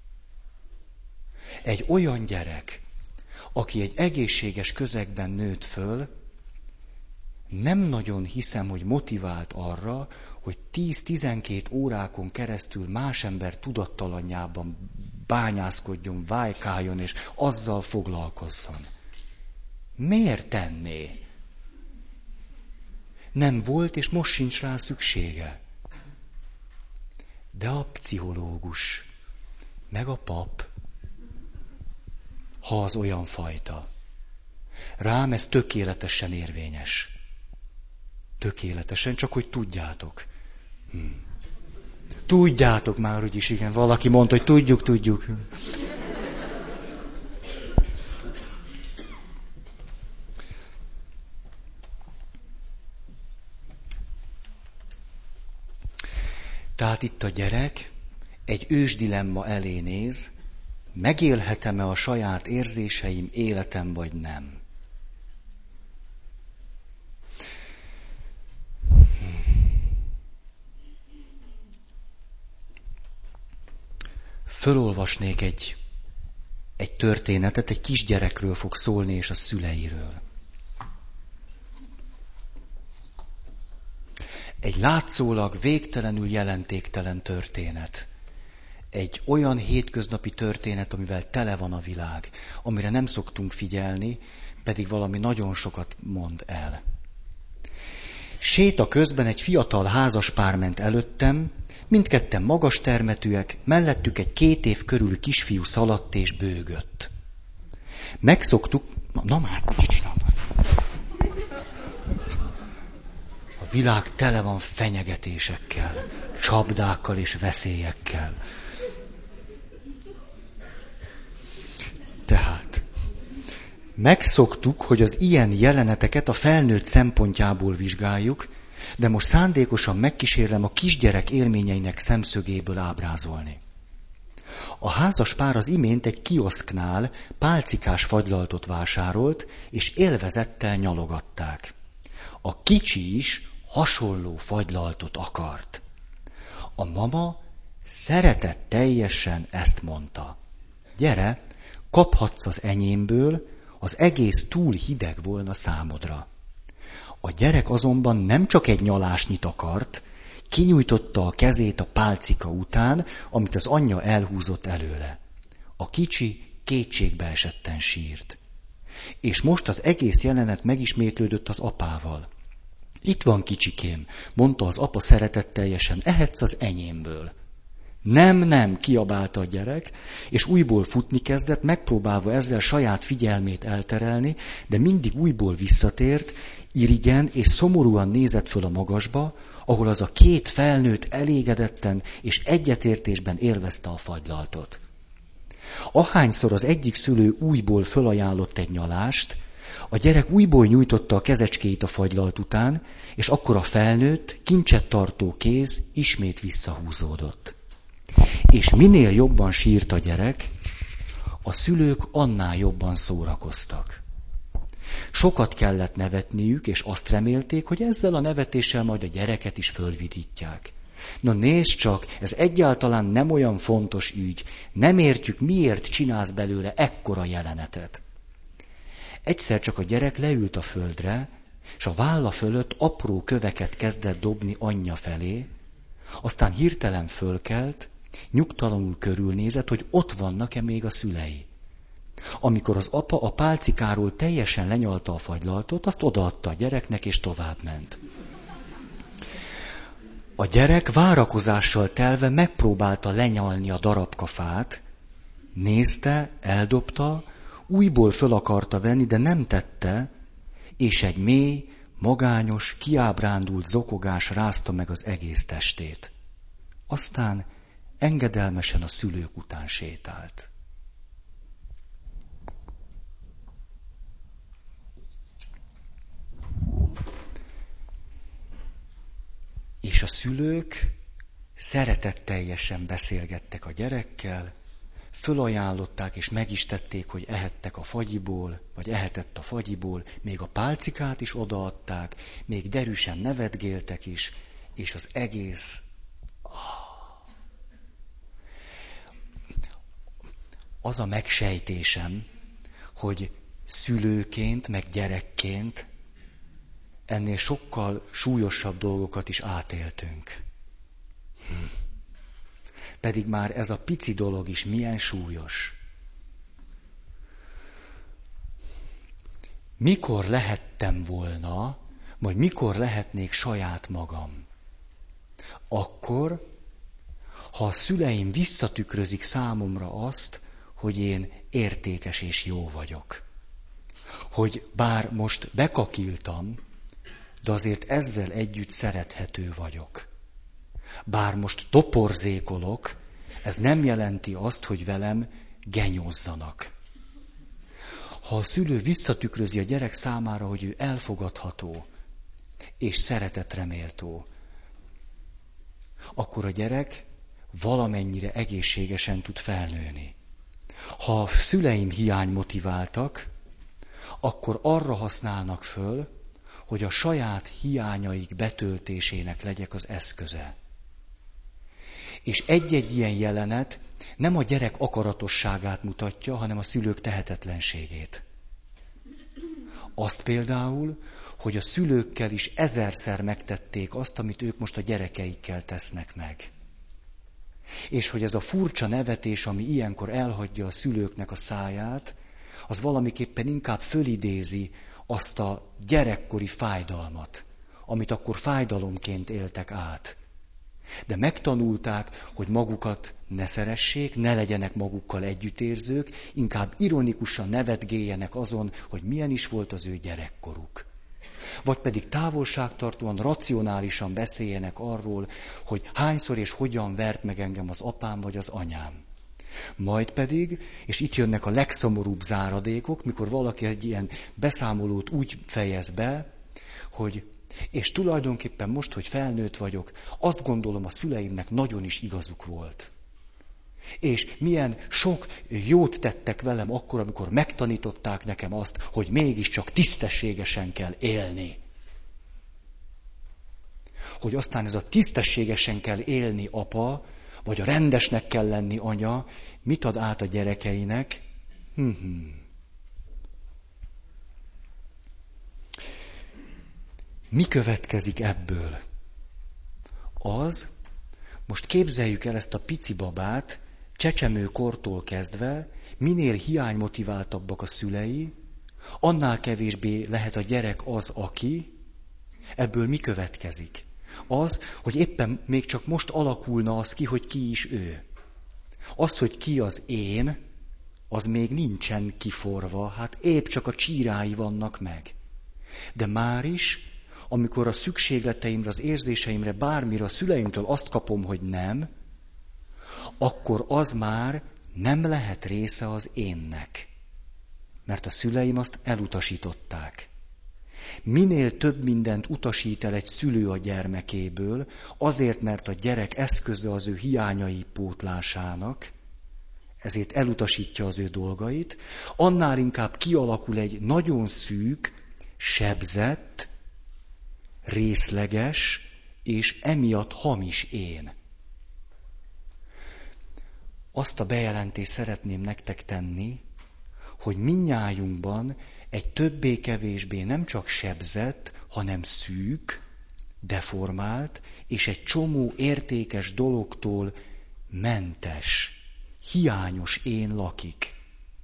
Egy olyan gyerek, aki egy egészséges közegben nőtt föl, nem nagyon hiszem, hogy motivált arra, hogy tíz-tizenkét órákon keresztül más ember tudattalanjában bányászkodjon, vájkáljon és azzal foglalkozzon. Miért tenné? Nem volt, és most sincs rá szüksége. De a pszichológus, meg a pap, ha az olyan fajta. Rám ez tökéletesen érvényes. Tökéletesen, csak hogy tudjátok. Hm. Tudjátok már, úgyis igen, valaki mondta, hogy tudjuk, tudjuk. Tehát itt a gyerek egy ősdilemma elé néz, megélhetem-e a saját érzéseim, életem vagy nem. Fölolvasnék egy, egy történetet, egy kisgyerekről fog szólni, és a szüleiről. Egy látszólag végtelenül jelentéktelen történet. Egy olyan hétköznapi történet, amivel tele van a világ, amire nem szoktunk figyelni, pedig valami nagyon sokat mond el. Séta közben egy fiatal házaspár ment előttem, mindketten magas termetűek, mellettük egy két év körül kisfiú szaladt és bőgött. Megszoktuk... Na már, a világ tele van fenyegetésekkel, csapdákkal és veszélyekkel. Tehát megszoktuk, hogy az ilyen jeleneteket a felnőtt szempontjából vizsgáljuk, de most szándékosan megkísérlem a kisgyerek élményeinek szemszögéből ábrázolni. A házas pár az imént egy kioszknál pálcikás fagylaltot vásárolt, és élvezettel nyalogatták. A kicsi is hasonló fagylaltot akart. A mama szeretetteljesen ezt mondta. Gyere, kaphatsz az enyémből, az egész túl hideg volna számodra. A gyerek azonban nem csak egy nyalásnyit akart, kinyújtotta a kezét a pálcika után, amit az anyja elhúzott előle. A kicsi kétségbe esetten sírt. És most az egész jelenet megismétlődött az apával. Itt van, kicsikém, mondta az apa szeretetteljesen, ehetsz az enyémből. Nem, nem, kiabálta a gyerek, és újból futni kezdett, megpróbálva ezzel saját figyelmét elterelni, de mindig újból visszatért, irigyen és szomorúan nézett föl a magasba, ahol az a két felnőtt elégedetten és egyetértésben élvezte a fagylaltot. Ahányszor az egyik szülő újból fölajánlott egy nyalást, a gyerek újból nyújtotta a kezecskéit a fagylalt után, és akkor a felnőtt, kincset tartó kéz ismét visszahúzódott. És minél jobban sírt a gyerek, a szülők annál jobban szórakoztak. Sokat kellett nevetniük, és azt remélték, hogy ezzel a nevetéssel majd a gyereket is fölvidítják. Na nézd csak, ez egyáltalán nem olyan fontos ügy, nem értjük, miért csinálsz belőle ekkora jelenetet. Egyszer csak a gyerek leült a földre, és a válla fölött apró köveket kezdett dobni anyja felé, aztán hirtelen fölkelt, nyugtalanul körülnézett, hogy ott vannak-e még a szülei. Amikor az apa a pálcikáról teljesen lenyalta a fagylaltot, azt odaadta a gyereknek, és továbbment. A gyerek várakozással telve megpróbálta lenyalni a darabka fát, nézte, eldobta, újból föl akarta venni, de nem tette, és egy mély, magányos, kiábrándult zokogás rázta meg az egész testét. Aztán engedelmesen a szülők után sétált. És a szülők szeretetteljesen beszélgettek a gyerekkel, fölajánlották és meg is tették, hogy ehettek a fagyiból, vagy ehetett a fagyiból, még a pálcikát is odaadták, még derűsen nevetgéltek is, és az egész... Az a megsejtésem, hogy szülőként, meg gyerekként ennél sokkal súlyosabb dolgokat is átéltünk. Hm. Pedig már ez a pici dolog is milyen súlyos. Mikor lehettem volna, vagy mikor lehetnék saját magam? Akkor, ha a szüleim visszatükrözik számomra azt, hogy én értékes és jó vagyok. Hogy bár most bekakiltam, de azért ezzel együtt szerethető vagyok. Bár most toporzékolok, ez nem jelenti azt, hogy velem genyózzanak. Ha a szülő visszatükrözi a gyerek számára, hogy ő elfogadható és szeretetre méltó, akkor a gyerek valamennyire egészségesen tud felnőni. Ha a szüleim hiány motiváltak, akkor arra használnak föl, hogy a saját hiányaik betöltésének legyek az eszköze. És egy-egy ilyen jelenet nem a gyerek akaratosságát mutatja, hanem a szülők tehetetlenségét. Azt például, hogy a szülőkkel is ezerszer megtették azt, amit ők most a gyerekeikkel tesznek meg. És hogy ez a furcsa nevetés, ami ilyenkor elhagyja a szülőknek a száját, az valamiképpen inkább fölidézi azt a gyerekkori fájdalmat, amit akkor fájdalomként éltek át. De megtanulták, hogy magukat ne szeressék, ne legyenek magukkal együttérzők, inkább ironikusan nevetgéljenek azon, hogy milyen is volt az ő gyerekkoruk. Vagy pedig távolságtartóan, racionálisan beszéljenek arról, hogy hányszor és hogyan vert meg engem az apám vagy az anyám. Majd pedig, és itt jönnek a legszomorúbb záradékok, mikor valaki egy ilyen beszámolót úgy fejez be, hogy és tulajdonképpen most, hogy felnőtt vagyok, azt gondolom, a szüleimnek nagyon is igazuk volt. És milyen sok jót tettek velem akkor, amikor megtanították nekem azt, hogy mégiscsak tisztességesen kell élni. Hogy aztán ez a tisztességesen kell élni apa, vagy a rendesnek kell lenni anya, mit ad át a gyerekeinek? Hmm-hmm. Mi következik ebből? Az, most képzeljük el ezt a pici babát, csecsemőkortól kezdve, minél hiánymotiváltabbak a szülei, annál kevésbé lehet a gyerek az, aki, ebből mi következik? Az, hogy éppen még csak most alakulna az ki, hogy ki is ő. Az, hogy ki az én, az még nincsen kiforva, hát épp csak a csírái vannak meg. De már is, amikor a szükségleteimre, az érzéseimre, bármire a szüleimtől azt kapom, hogy nem, akkor az már nem lehet része az énnek. Mert a szüleim azt elutasították. Minél több mindent utasít el egy szülő a gyermekéből, azért, mert a gyerek eszköze az ő hiányai pótlásának, ezért elutasítja az ő dolgait, annál inkább kialakul egy nagyon szűk, sebzett, részleges és emiatt hamis én. Azt a bejelentést szeretném nektek tenni, hogy mindnyájunkban egy többé-kevésbé nem csak sebzett, hanem szűk, deformált, és egy csomó értékes dologtól mentes, hiányos én lakik.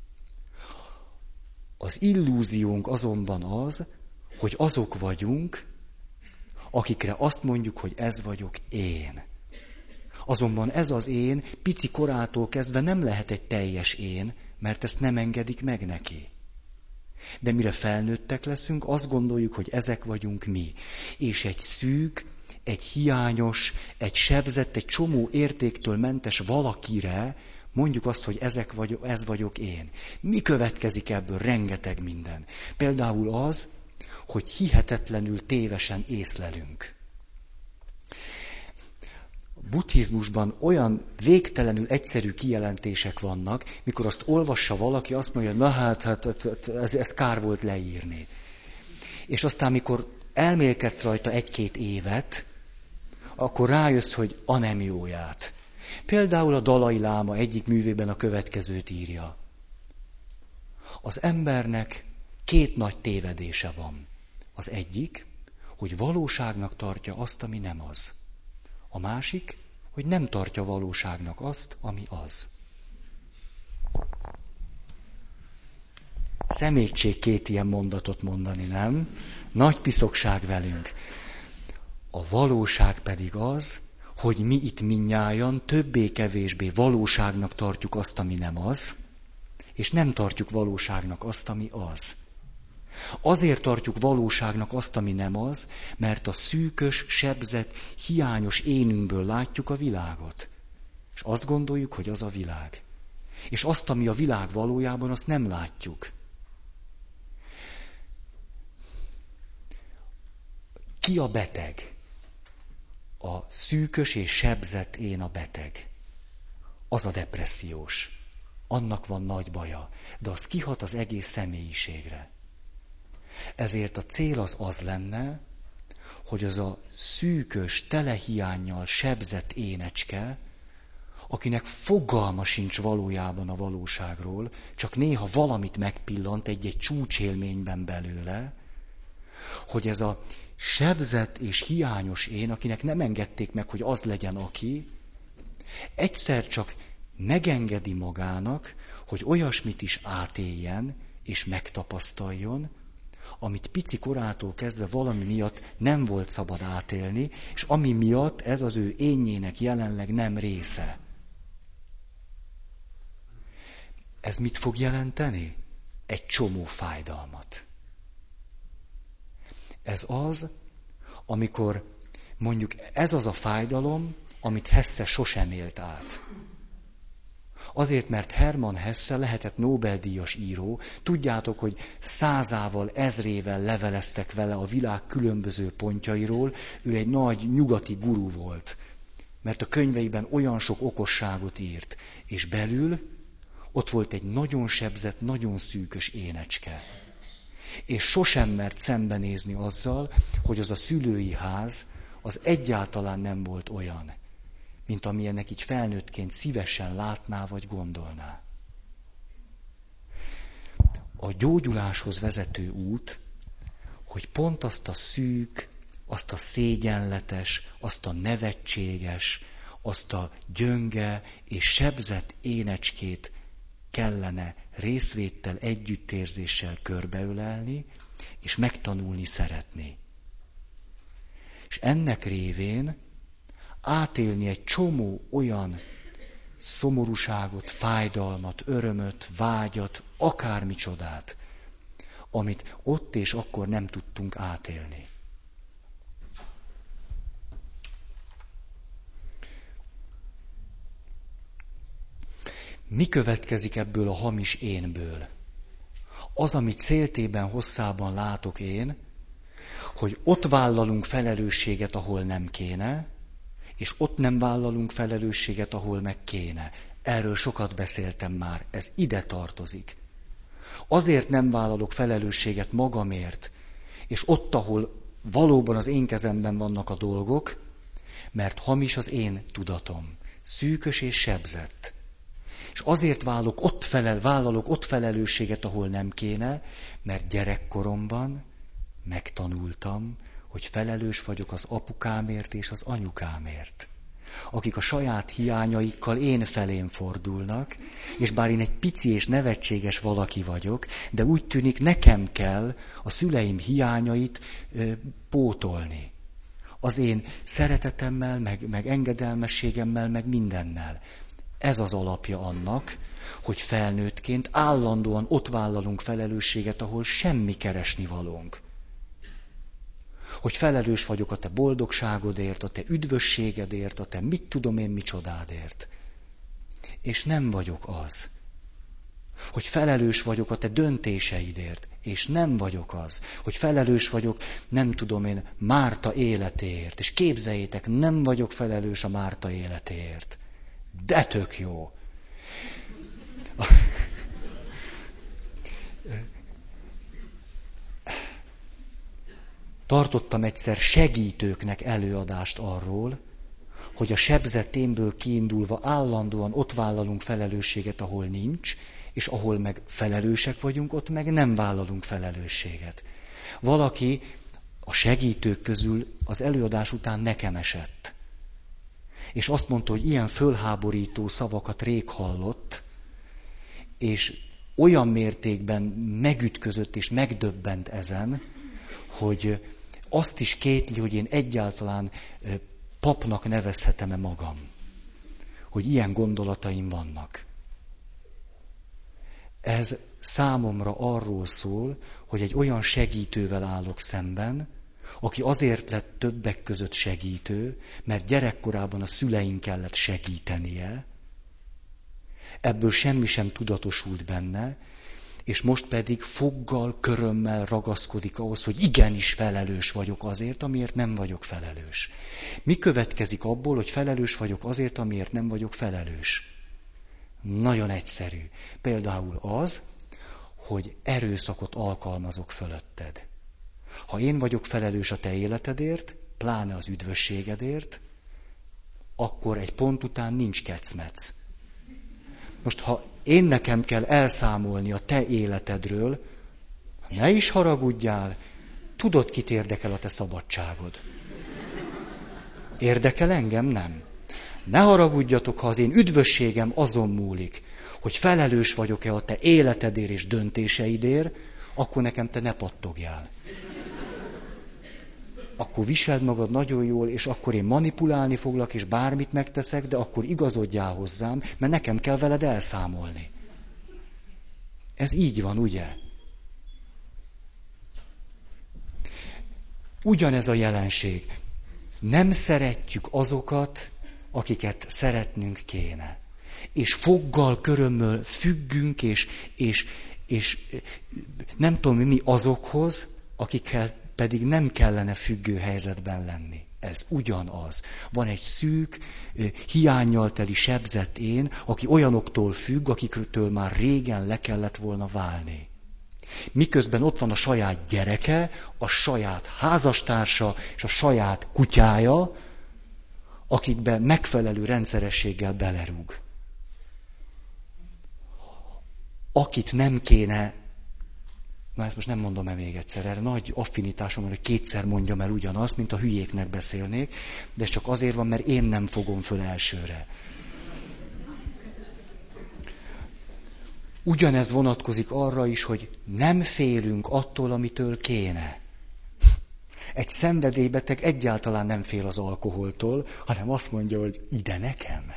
Az illúziónk azonban az, hogy azok vagyunk, akikre azt mondjuk, hogy ez vagyok én. Azonban ez az én pici korától kezdve nem lehet egy teljes én, mert ezt nem engedik meg neki. De mire felnőttek leszünk, azt gondoljuk, hogy ezek vagyunk mi. És egy szűk, egy hiányos, egy sebzett, egy csomó értéktől mentes valakire mondjuk azt, hogy ezek vagyok, ez vagyok én. Mi következik ebből? Rengeteg minden. Például az, hogy hihetetlenül tévesen észlelünk. A buddhizmusban olyan végtelenül egyszerű kijelentések vannak, mikor azt olvassa valaki, azt mondja, na hát, hát, hát ez, ez kár volt leírni. És aztán, mikor elmélkedsz rajta egy-két évet, akkor rájössz, hogy anemióját. Például a Dalai Láma egyik művében a következőt írja. Az embernek két nagy tévedése van. Az egyik, hogy valóságnak tartja azt, ami nem az. A másik, hogy nem tartja valóságnak azt, ami az. Szemétség két ilyen mondatot mondani, nem? Nagy piszokság velünk. A valóság pedig az, hogy mi itt mindnyájan többé-kevésbé valóságnak tartjuk azt, ami nem az, és nem tartjuk valóságnak azt, ami az. Azért tartjuk valóságnak azt, ami nem az, mert a szűkös, sebzett, hiányos énünkből látjuk a világot. És azt gondoljuk, hogy az a világ. És azt, ami a világ valójában, azt nem látjuk. Ki a beteg? A szűkös és sebzett én a beteg. Az a depressziós. Annak van nagy baja, de az kihat az egész személyiségre. Ezért a cél az az lenne, hogy az a szűkös, tele hiánnyal sebzett énecske, akinek fogalma sincs valójában a valóságról, csak néha valamit megpillant egy-egy csúcsélményben belőle, hogy ez a sebzett és hiányos én, akinek nem engedték meg, hogy az legyen aki, egyszer csak megengedi magának, hogy olyasmit is átéljen és megtapasztaljon, amit pici korától kezdve valami miatt nem volt szabad átélni, és ami miatt ez az ő énjének jelenleg nem része. Ez mit fog jelenteni? Egy csomó fájdalmat. Ez az, amikor mondjuk ez az a fájdalom, amit Hesse sosem élt át. Azért, mert Hermann Hesse lehetett Nobel-díjas író, tudjátok, hogy százával, ezrével leveleztek vele a világ különböző pontjairól, ő egy nagy nyugati guru volt, mert a könyveiben olyan sok okosságot írt, és belül ott volt egy nagyon sebzett, nagyon szűkös énecske. És sosem mert szembenézni azzal, hogy az a szülői ház az egyáltalán nem volt olyan, mint amilyennek így felnőttként szívesen látná vagy gondolná. A gyógyuláshoz vezető út, hogy pont azt a szűk, azt a szégyenletes, azt a nevetséges, azt a gyönge és sebzett énecskét kellene részvéttel, együttérzéssel körbeölelni, és megtanulni szeretni. És ennek révén átélni egy csomó olyan szomorúságot, fájdalmat, örömöt, vágyat, akármi csodát, amit ott és akkor nem tudtunk átélni. Mi következik ebből a hamis énből? Az, amit széltében, hosszában látok én, hogy ott vállalunk felelősséget, ahol nem kéne, és ott nem vállalunk felelősséget, ahol meg kéne. Erről sokat beszéltem már, ez ide tartozik. Azért nem vállalok felelősséget magamért, és ott, ahol valóban az én kezemben vannak a dolgok, mert hamis az én tudatom, szűkös és sebzett. És azért vállalok ott, felel, vállalok ott felelősséget, ahol nem kéne, mert gyerekkoromban megtanultam, hogy felelős vagyok az apukámért és az anyukámért, akik a saját hiányaikkal én felém fordulnak, és bár én egy pici és nevetséges valaki vagyok, de úgy tűnik nekem kell a szüleim hiányait ö, pótolni. Az én szeretetemmel, meg, meg engedelmességemmel, meg mindennel. Ez az alapja annak, hogy felnőttként állandóan ott vállalunk felelősséget, ahol semmi keresnivalónk. Hogy felelős vagyok a te boldogságodért, a te üdvösségedért, a te mit tudom én micsodádért. És nem vagyok az. Hogy felelős vagyok a te döntéseidért, és nem vagyok az. Hogy felelős vagyok, nem tudom én, Márta életéért. És képzeljétek, nem vagyok felelős a Márta életéért. De tök jó. Tartottam egyszer segítőknek előadást arról, hogy a sebzett énből kiindulva állandóan ott vállalunk felelősséget, ahol nincs, és ahol meg felelősek vagyunk, ott meg nem vállalunk felelősséget. Valaki a segítők közül az előadás után nekem esett. És azt mondta, hogy ilyen fölháborító szavakat rég hallott, és olyan mértékben megütközött és megdöbbent ezen, hogy azt is kétli, hogy én egyáltalán papnak nevezhetem-e magam. Hogy ilyen gondolataim vannak. Ez számomra arról szól, hogy egy olyan segítővel állok szemben, aki azért lett többek között segítő, mert gyerekkorában a szüleink kellett segítenie, ebből semmi sem tudatosult benne, és most pedig foggal, körömmel ragaszkodik ahhoz, hogy igenis felelős vagyok azért, amiért nem vagyok felelős. Mi következik abból, hogy felelős vagyok azért, amiért nem vagyok felelős? Nagyon egyszerű. Például az, hogy erőszakot alkalmazok fölötted. Ha én vagyok felelős a te életedért, pláne az üdvösségedért, akkor egy pont után nincs kecmec. Most, ha én nekem kell elszámolni a te életedről, ne is haragudjál, tudod, kit érdekel a te szabadságod. Érdekel engem? Nem. Ne haragudjatok, ha az én üdvösségem azon múlik, hogy felelős vagyok-e a te életedért és döntéseidért, akkor nekem te ne pattogjál. Akkor viseld magad nagyon jól, és akkor én manipulálni foglak, és bármit megteszek, de akkor igazodjál hozzám, mert nekem kell veled elszámolni. Ez így van, ugye? Ugyanez a jelenség. Nem szeretjük azokat, akiket szeretnünk kéne. És foggal, körömmel függünk, és, és, és nem tudom mi azokhoz, akikkel pedig nem kellene függő helyzetben lenni. Ez ugyanaz. Van egy szűk, hiánnyal teli sebzett én, aki olyanoktól függ, akiktől már régen le kellett volna válni. Miközben ott van a saját gyereke, a saját házastársa és a saját kutyája, akikben megfelelő rendszerességgel belerúg. Akit nem kéne, na ezt most nem mondom el még egyszer, erre nagy affinitásom van, hogy kétszer mondjam el ugyanazt, mint a hülyéknek beszélnék, de ez csak azért van, mert én nem fogom föl elsőre. Ugyanez vonatkozik arra is, hogy nem félünk attól, amitől kéne. Egy szenvedélybeteg egyáltalán nem fél az alkoholtól, hanem azt mondja, hogy ide nekem.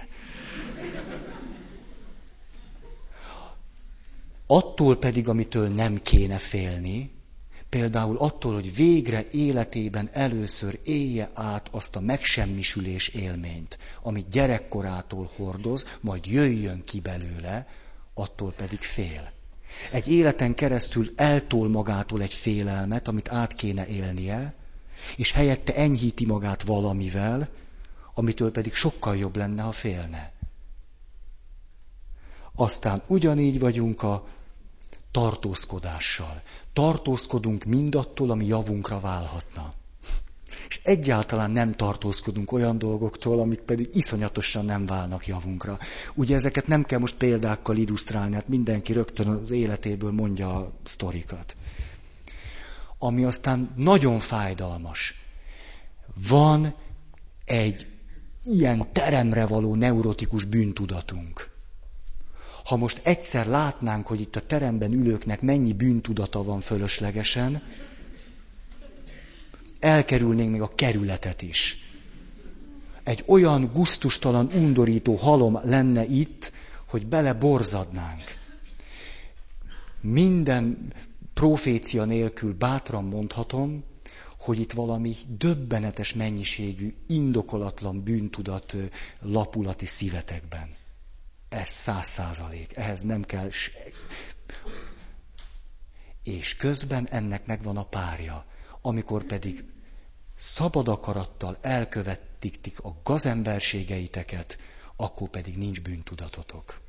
Attól pedig, amitől nem kéne félni, például attól, hogy végre életében először élje át azt a megsemmisülés élményt, amit gyerekkorától hordoz, majd jöjjön ki belőle, attól pedig fél. Egy életen keresztül eltol magától egy félelmet, amit át kéne élnie, és helyette enyhíti magát valamivel, amitől pedig sokkal jobb lenne, ha félne. Aztán ugyanígy vagyunk a tartózkodással. Tartózkodunk mindattól, ami javunkra válhatna. És egyáltalán nem tartózkodunk olyan dolgoktól, amik pedig iszonyatosan nem válnak javunkra. Ugye ezeket nem kell most példákkal illusztrálni, hát mindenki rögtön az életéből mondja a sztorikat. Ami aztán nagyon fájdalmas. Van egy ilyen teremre való neurotikus bűntudatunk. Ha most egyszer látnánk, hogy itt a teremben ülőknek mennyi bűntudata van fölöslegesen, elkerülnénk még a kerületet is. Egy olyan gusztustalan, undorító halom lenne itt, hogy beleborzadnánk. Minden profécia nélkül bátran mondhatom, hogy itt valami döbbenetes mennyiségű, indokolatlan bűntudat lapulati szívetekben. Ez száz százalék. Ehhez nem kell... És közben ennek megvan a párja. Amikor pedig szabad akarattal elkövettik a gazemberségeiteket, akkor pedig nincs bűntudatotok.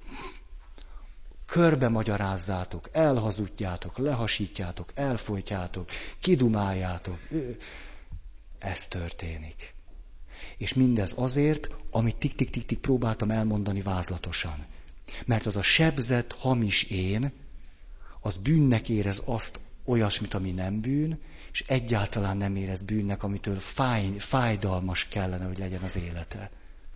Körbe magyarázzátok, elhazudjátok, lehasítjátok, elfojtjátok, kidumáljátok. Ez történik. És mindez azért, amit tik-tik-tik-tik próbáltam elmondani vázlatosan. Mert az a sebzett, hamis én, az bűnnek érez azt, olyasmit, ami nem bűn, és egyáltalán nem érez bűnnek, amitől fáj, fájdalmas kellene, hogy legyen az élete.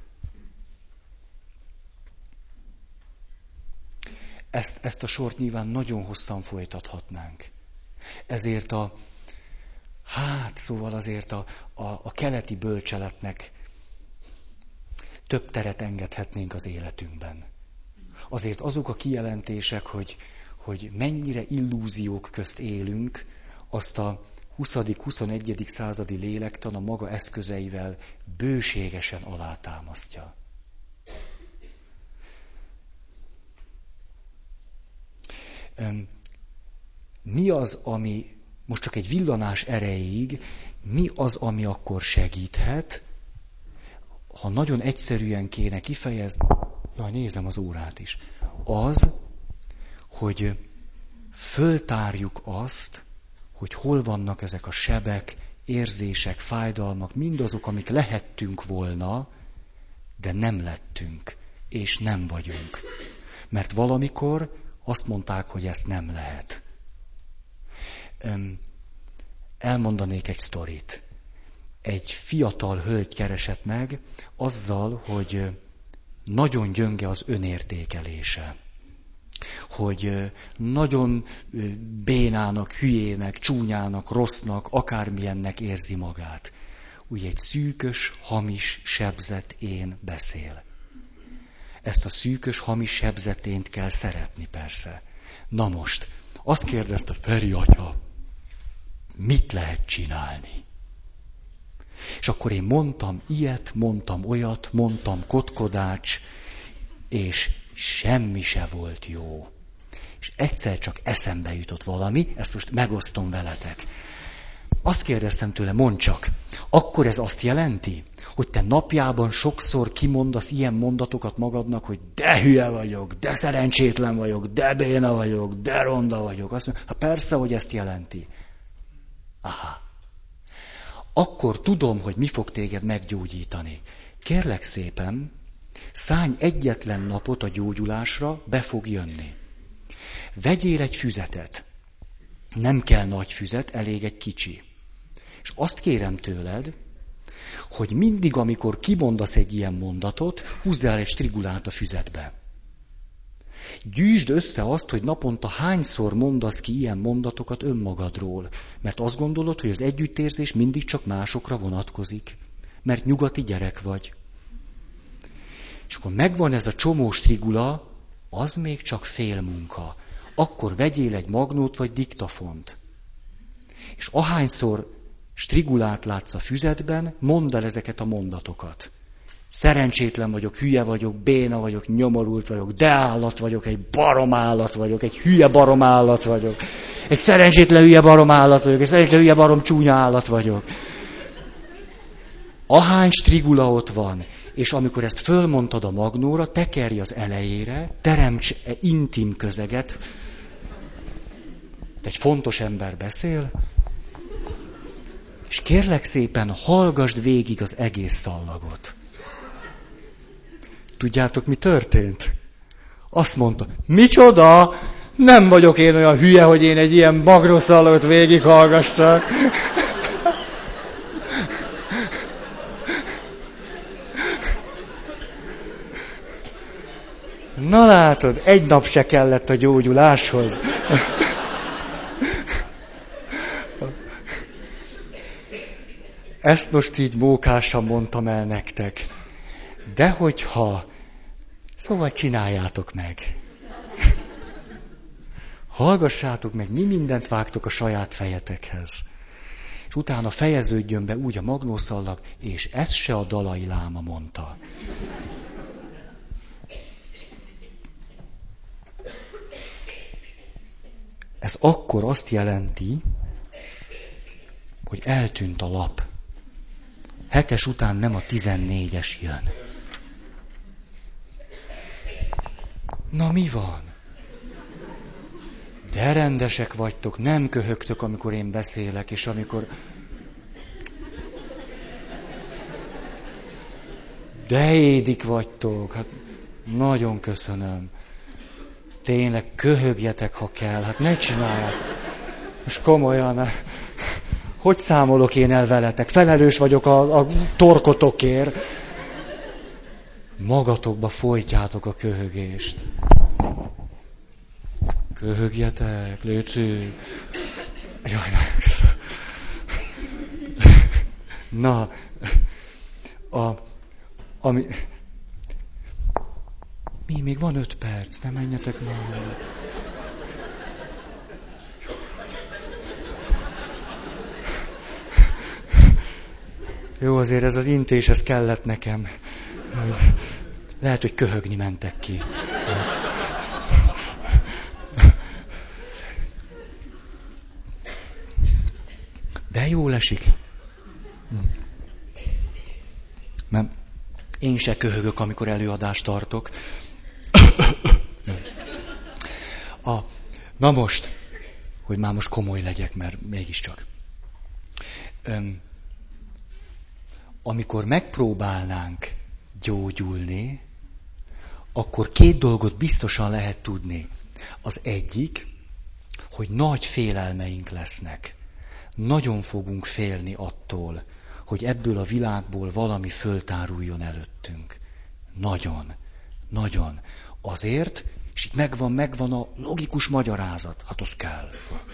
Ezt, ezt a sort nyilván nagyon hosszan folytathatnánk. Ezért a, hát szóval azért a, a, a keleti bölcseletnek több teret engedhetnénk az életünkben. Azért azok a kijelentések, hogy, hogy mennyire illúziók közt élünk, azt a huszadik-huszonegyedik századi lélektan a maga eszközeivel bőségesen alátámasztja. Mi az, ami most csak egy villanás erejéig, mi az, ami akkor segíthet, ha nagyon egyszerűen kéne kifejezni, jaj, nézem az órát is, az, hogy föltárjuk azt, hogy hol vannak ezek a sebek, érzések, fájdalmak, mindazok, amik lehettünk volna, de nem lettünk, és nem vagyunk. Mert valamikor azt mondták, hogy ezt nem lehet. Elmondanék egy sztorit. Egy fiatal hölgy keresett meg azzal, hogy nagyon gyönge az önértékelése. Hogy nagyon bénának, hülyének, csúnyának, rossznak, akármilyennek érzi magát. Úgy egy szűkös, hamis, sebzett én beszél. Ezt a szűkös, hamis sebzetént kell szeretni persze. Na most, azt kérdezte Feri atya, mit lehet csinálni? És akkor én mondtam ilyet, mondtam olyat, mondtam kotkodács, és semmi se volt jó. És egyszer csak eszembe jutott valami, ezt most megosztom veletek. Azt kérdeztem tőle, mondd csak, akkor ez azt jelenti, hogy te napjában sokszor kimondasz ilyen mondatokat magadnak, hogy de hülye vagyok, de szerencsétlen vagyok, de béna vagyok, de ronda vagyok. Azt mondja, hát persze, hogy ezt jelenti. Aha. Akkor tudom, hogy mi fog téged meggyógyítani. Kérlek szépen, szállj egyetlen napot a gyógyulásra, be fog jönni. Vegyél egy füzetet. Nem kell nagy füzet, elég egy kicsi. És azt kérem tőled, hogy mindig, amikor kimondasz egy ilyen mondatot, húzd el egy strigulát a füzetbe. Gyűjtsd össze azt, hogy naponta hányszor mondasz ki ilyen mondatokat önmagadról, mert azt gondolod, hogy az együttérzés mindig csak másokra vonatkozik, mert nyugati gyerek vagy. És akkor megvan ez a csomó strigula, az még csak fél munka. Akkor vegyél egy magnót vagy diktafont. És ahányszor strigulát látsz a füzetben, mondd el ezeket a mondatokat. Szerencsétlen vagyok, hülye vagyok, béna vagyok, nyomorult vagyok, de állat vagyok, egy barom állat vagyok, egy hülye barom állat vagyok, egy szerencsétlen hülye barom állat vagyok, egy szerencsétlen hülye barom csúnya állat vagyok. Ahány strigula ott van, és amikor ezt fölmondtad a magnóra, tekerj az elejére, teremts intim közeget, egy fontos ember beszél, és kérlek szépen hallgasd végig az egész szallagot. Tudjátok, mi történt? Azt mondta, micsoda? Nem vagyok én olyan hülye, hogy én egy ilyen magrosszallagot végighallgassak. Na látod, egy nap se kellett a gyógyuláshoz. Ezt most így mókásan mondtam el nektek. De hogyha... Szóval csináljátok meg. Hallgassátok meg, mi mindent vágtok a saját fejetekhez. És utána fejeződjön be úgy a magnószallag, és ezt se a Dalai Láma mondta. Ez akkor azt jelenti, hogy eltűnt a lap. Hetes után nem a tizennégyes jön. Na mi van? De rendesek vagytok, nem köhögtök, amikor én beszélek, és amikor... De édik vagytok, hát nagyon köszönöm. Tényleg köhögjetek, ha kell, hát ne csináljátok. Most komolyan, hogy számolok én el veletek? Felelős vagyok a, a torkotokért. Magatokba folytjátok a köhögést. Köhögjetek, léci. Jaj, nagyon köszönöm. Na, a, ami... Mi, még van öt perc, ne menjetek már. Jó, azért ez az intés, ez kellett nekem. Lehet, hogy köhögni mentek ki. De jól esik. Mert én se köhögök, amikor előadást tartok. A, na most, hogy már most komoly legyek, mert mégiscsak. Öm, amikor megpróbálnánk gyógyulni, akkor két dolgot biztosan lehet tudni. Az egyik, hogy nagy félelmeink lesznek. Nagyon fogunk félni attól, hogy ebből a világból valami föltáruljon előttünk. Nagyon, nagyon. Azért, és itt megvan, megvan a logikus magyarázat, hát az kell.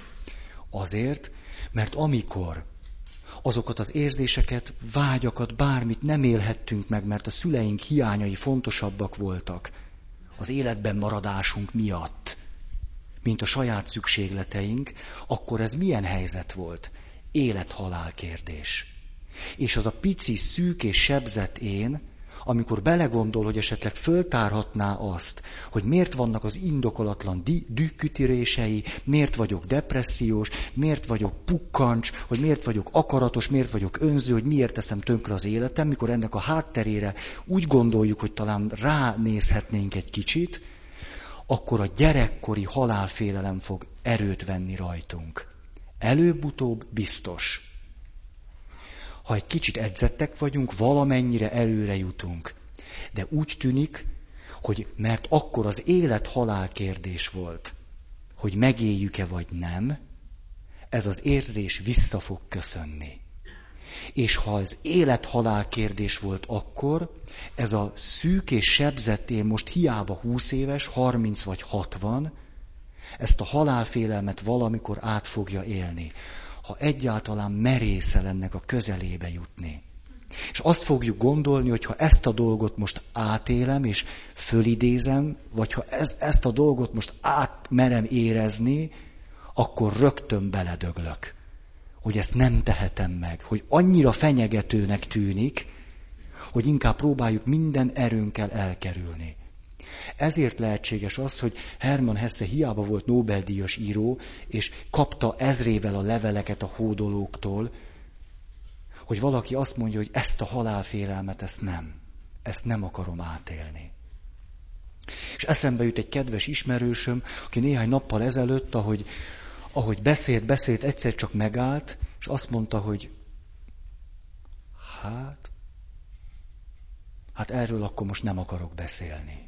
Azért, mert amikor azokat az érzéseket, vágyakat, bármit nem élhettünk meg, mert a szüleink hiányai fontosabbak voltak az életben maradásunk miatt, mint a saját szükségleteink, akkor ez milyen helyzet volt? Élet-halál kérdés. És az a pici, szűk és sebzett én, amikor belegondol, hogy esetleg föltárhatná azt, hogy miért vannak az indokolatlan dühkütérései, miért vagyok depressziós, miért vagyok pukkancs, hogy miért vagyok akaratos, miért vagyok önző, hogy miért teszem tönkre az életem, mikor ennek a hátterére úgy gondoljuk, hogy talán ránézhetnénk egy kicsit, akkor a gyerekkori halálfélelem fog erőt venni rajtunk. Előbb-utóbb biztos. Ha egy kicsit edzettek vagyunk, valamennyire előre jutunk. De úgy tűnik, hogy mert akkor az élet-halál kérdés volt, hogy megéljük-e vagy nem, ez az érzés vissza fog köszönni. És ha az élet-halál kérdés volt akkor, ez a szűk és sebzett én most hiába húsz éves, harminc vagy hatvan, ezt a halálfélelmet valamikor át fogja élni. Ha egyáltalán merészel ennek a közelébe jutni. És azt fogjuk gondolni, hogy ha ezt a dolgot most átélem és fölidézem, vagy ha ez, ezt a dolgot most átmerem érezni, akkor rögtön beledöglök. Hogy ezt nem tehetem meg. Hogy annyira fenyegetőnek tűnik, hogy inkább próbáljuk minden erőnkkel elkerülni. Ezért lehetséges az, hogy Hermann Hesse hiába volt Nobel-díjas író, és kapta ezrével a leveleket a hódolóktól, hogy valaki azt mondja, hogy ezt a halálfélelmet, ezt nem. Ezt nem akarom átélni. És eszembe jut egy kedves ismerősöm, aki néhány nappal ezelőtt, ahogy, ahogy beszélt, beszélt, egyszer csak megállt, és azt mondta, hogy hát, hát erről akkor most nem akarok beszélni.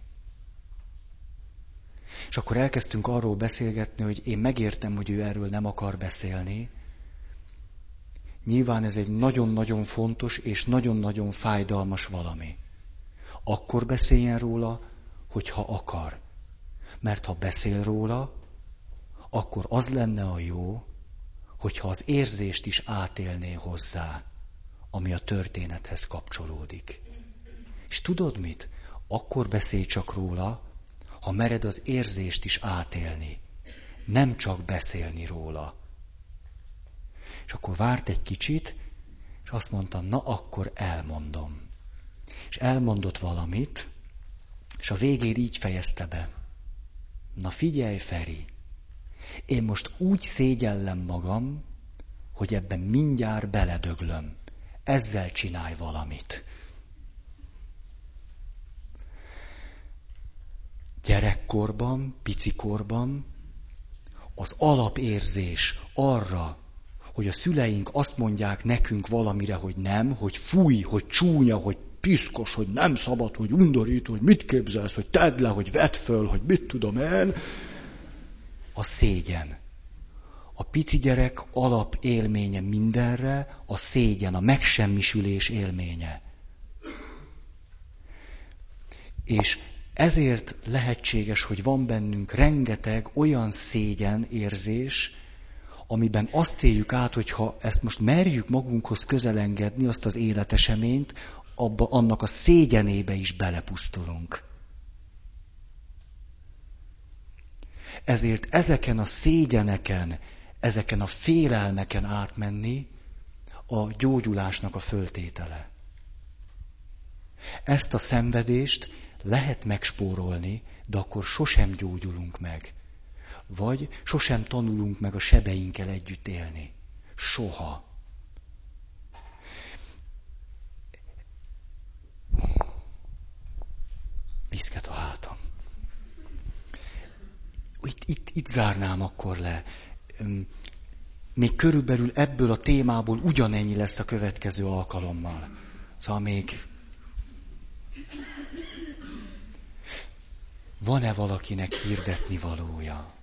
És akkor elkezdtünk arról beszélgetni, hogy én megértem, hogy ő erről nem akar beszélni. Nyilván ez egy nagyon-nagyon fontos és nagyon-nagyon fájdalmas valami. Akkor beszéljen róla, hogyha akar. Mert ha beszél róla, akkor az lenne a jó, hogyha az érzést is átélné hozzá, ami a történethez kapcsolódik. És tudod mit? Akkor beszélj csak róla, ha mered az érzést is átélni, nem csak beszélni róla. És akkor várt egy kicsit, és azt mondta, na akkor elmondom. És elmondott valamit, és a végén így fejezte be. Na figyelj, Feri, én most úgy szégyellem magam, hogy ebben mindjárt beledöglöm. Ezzel csinálj valamit. Gyerekkorban, picikorban az alapérzés arra, hogy a szüleink azt mondják nekünk valamire, hogy nem, hogy fúj, hogy csúnya, hogy piszkos, hogy nem szabad, hogy undorít, hogy mit képzelsz, hogy tedd le, hogy vedd föl, hogy mit tudom én, a szégyen. A pici gyerek alapélménye mindenre a szégyen, a megsemmisülés élménye. És ezért lehetséges, hogy van bennünk rengeteg olyan szégyen érzés, amiben azt éljük át, hogy ha ezt most merjük magunkhoz közelengedni, azt az életeseményt, abba, annak a szégyenébe is belepusztulunk. Ezért ezeken a szégyeneken, ezeken a félelmeken átmenni a gyógyulásnak a föltétele. Ezt a szenvedést lehet megspórolni, de akkor sosem gyógyulunk meg. Vagy sosem tanulunk meg a sebeinkkel együtt élni. Soha. viszket a hátam. Itt, itt, itt zárnám akkor le. Még körülbelül ebből a témából ugyanennyi lesz a következő alkalommal. Szóval még... Van-e valakinek hirdetni valója?